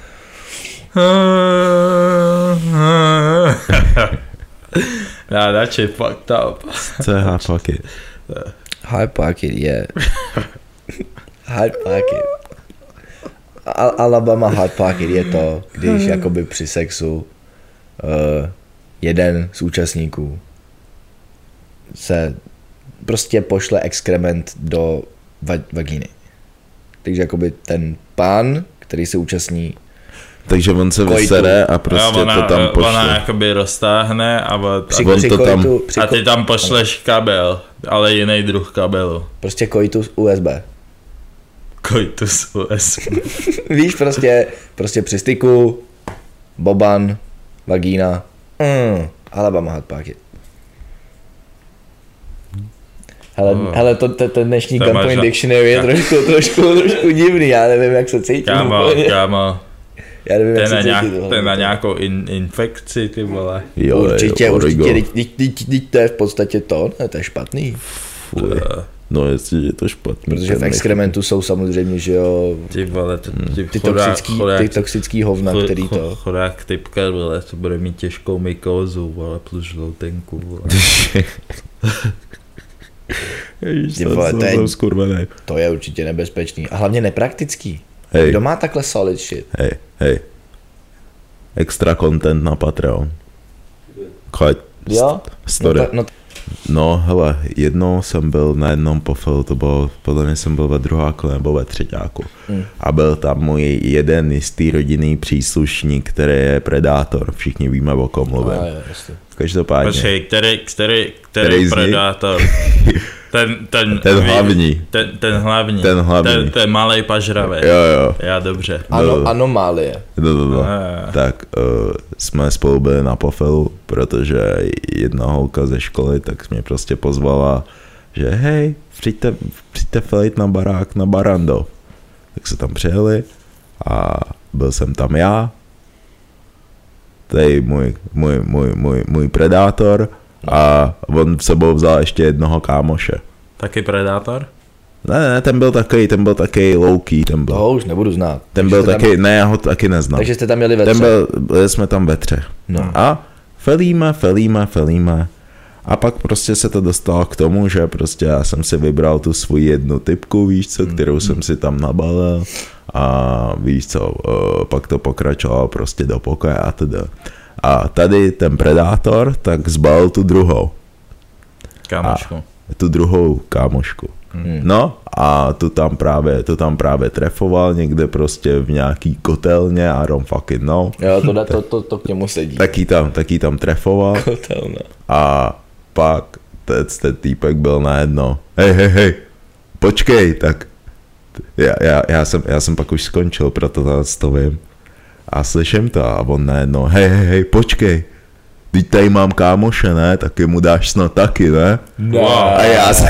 Speaker 1: That's it fucked up.
Speaker 2: Co je Hot Pocket?
Speaker 3: Hot Pocket je... Hot Pocket. Alabama Hot Pocket je to, když jakoby při sexu jeden z účastníků se prostě pošle exkrement do vagíny. Takže jakoby ten pán, který se účastní,
Speaker 2: takže on se vysere a prostě to tam pošle.
Speaker 1: Ona jakoby roztáhne a ty tam pošleš kabel, ale jiný druh kabelu.
Speaker 3: Prostě koitus USB.
Speaker 1: Koitus USB.
Speaker 3: Víš, prostě při styku, boban, vagína, Alabama Hot Pocket. Hele, ten dnešní Gunpoint Dictionary je trošku divný, já nevím, jak se cítím.
Speaker 1: Kámo.
Speaker 3: Já nevím, jak se cítím.
Speaker 1: To je na nějakou infekci, ty vole.
Speaker 3: Určitě, to je v podstatě to je špatný.
Speaker 2: No jestli je to špatný.
Speaker 3: Protože v exkrementu jsou samozřejmě, že jo,
Speaker 1: ty vole,
Speaker 3: ty toxický hovna, který to...
Speaker 1: Chorák typka, vole, to bude mít těžkou mykózu, vole, plus žloutenku, vole.
Speaker 3: To je určitě nebezpečný a hlavně nepraktický. Kdo má takhle solid shit?
Speaker 2: Hej. Extra content na Patreon. Story. No hele, jednou jsem byl na jednom pofilu, to bylo, podle mě jsem byl ve druháku nebo ve třeťáku. A byl tam můj jeden jistý rodinný příslušník, který je predátor. Všichni víme, o kom mluvím. Každopádně.
Speaker 1: Počkej, který predátor? Ten
Speaker 2: hlavní.
Speaker 1: Ten hlavní. Ten malej pažravej.
Speaker 2: Jo.
Speaker 1: Já dobře.
Speaker 3: Anomálie.
Speaker 2: Tak jsme spolu byli na pofilu, protože jedna holka ze školy tak mě prostě pozvala, že hej, přijďte fejt na barák na Barandov. Tak se tam přijeli a byl jsem tam já, tady můj predátor, a on sebou vzal ještě jednoho kámoše.
Speaker 1: Taky predátor?
Speaker 2: Ne, ten byl taky low-key, ten byl.
Speaker 3: Toho už nebudu znát.
Speaker 2: Ten byl taky, ne, já ho taky neznám.
Speaker 3: Takže jste tam měli ve třech?
Speaker 2: Byli jsme tam ve třech. No. A felíme A pak prostě se to dostalo k tomu, že prostě já jsem si vybral tu svoji jednu typku, víš co, kterou jsem si tam nabalil a víš co, pak to pokračovalo prostě do pokoje a teda. A tady ten predátor tak zbalil tu druhou.
Speaker 1: Kámošku.
Speaker 2: Tu druhou kámošku. No a tu tam právě trefoval někde prostě v nějaký kotelně, I don't fucking know.
Speaker 3: Jo, to k němu sedí.
Speaker 2: Taky tam trefoval.
Speaker 3: Kotelna.
Speaker 2: A pak ten týpek byl najednou, hej, počkej, tak já jsem pak už skončil, proto to vím. A slyším to a on najednou, hej, počkej, teď tady mám kámoše, ne, taky mu dáš snad taky, ne?
Speaker 3: No.
Speaker 2: A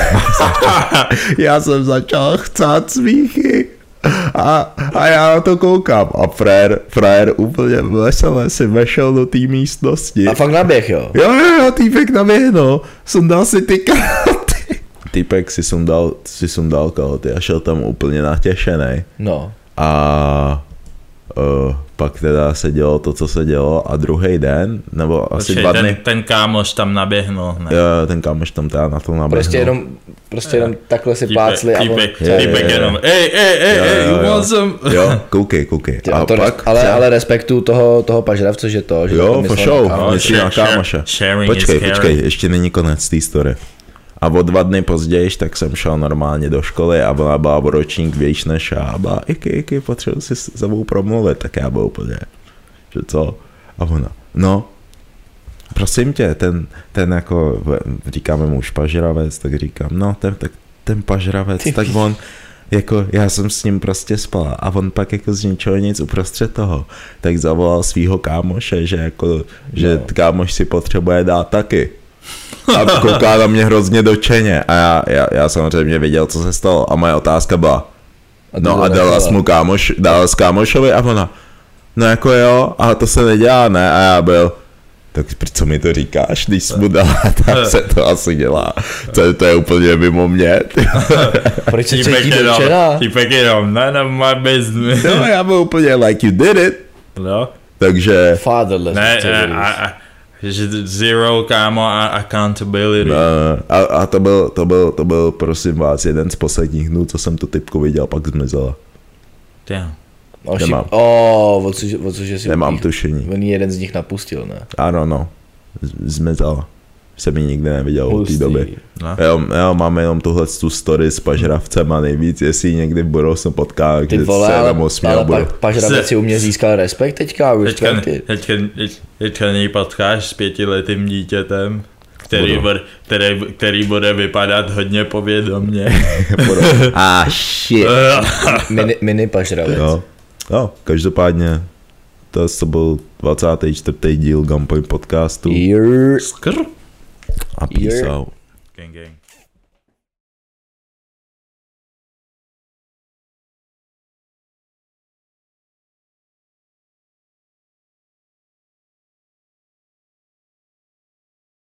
Speaker 2: já jsem začal chcát smíchy. A já na to koukám a frajer úplně veselé si vešel do té místnosti.
Speaker 3: A fakt naběh, jo?
Speaker 2: Jo, týpek naběhnul, sundal si ty kalhoty. Týpek si sundal kalhoty a šel tam úplně natěšenej.
Speaker 3: No.
Speaker 2: A pak teda se dělo to, co se dělo a druhý den, nebo asi 2 dny.
Speaker 1: Ten kámoš tam naběhnul, ne?
Speaker 2: Jo, ten kámoš tam teda na to naběhnul.
Speaker 3: Prostě jenom takhle si plácli a on...
Speaker 1: Týpek jenom, you want some?
Speaker 2: Jo, koukej.
Speaker 3: A pak, ale respektu toho pažravce, že to, že
Speaker 2: jo, for show, myslí na kámoše. Počkej, ještě není konec té story. A o 2 dny později, tak jsem šel normálně do školy a ona byla o ročník větší než já a byla, Iky, potřebuji si s sebou promluvit, tak já byl úplně, že co? A ona, no, prosím tě, ten jako, říkáme mu už pažravec, tak říkám, no, ten pažravec, tak on, jako já jsem s ním prostě spal a on pak jako z ničeho nic uprostřed toho, tak zavolal svýho kámoše, že kámoš si potřebuje dát taky. A kouká na mě hrozně dočeně a já samozřejmě věděl, co se stalo a moje otázka byla, no a dala s kámošovi a ona, no jako jo, ale to se nedělá, ne, a já byl, tak co mi to říkáš, když jsi mu dala, tak se to asi dělá, to je úplně mimo mě.
Speaker 3: Proč se cítí dočená?
Speaker 1: Týpek jenom, none of my business.
Speaker 2: No, já byl úplně like you did it.
Speaker 1: No.
Speaker 2: Takže...
Speaker 3: Fatherless.
Speaker 1: Zero, kámo, a accountability.
Speaker 2: No, a to byl, prosím vás, jeden z posledních dnů, co jsem tu typku viděl, pak zmizela.
Speaker 1: Damn.
Speaker 2: Nemám.
Speaker 3: Že si
Speaker 2: nemám tušení.
Speaker 3: On jeden z nich napustil, ne?
Speaker 2: Ano, no. Zmizela. Jsem ji nikdy neviděl od té doby.
Speaker 1: No.
Speaker 2: Jo, máme jenom tuhle tu story s pažravcem a nejvíc, jestli někdy v budoucnu potká, kde se jenom osměl.
Speaker 3: Ale pažravec si u mě získal respekt teďka.
Speaker 1: Teďka něj potkáš s 5letým dítětem, který bude vypadat hodně povědomně.
Speaker 2: Shit.
Speaker 3: Mini pažravec.
Speaker 2: Jo, každopádně to byl 24. díl Gunpoint podcastu.
Speaker 3: Skr.
Speaker 2: A peace out.
Speaker 1: Gang.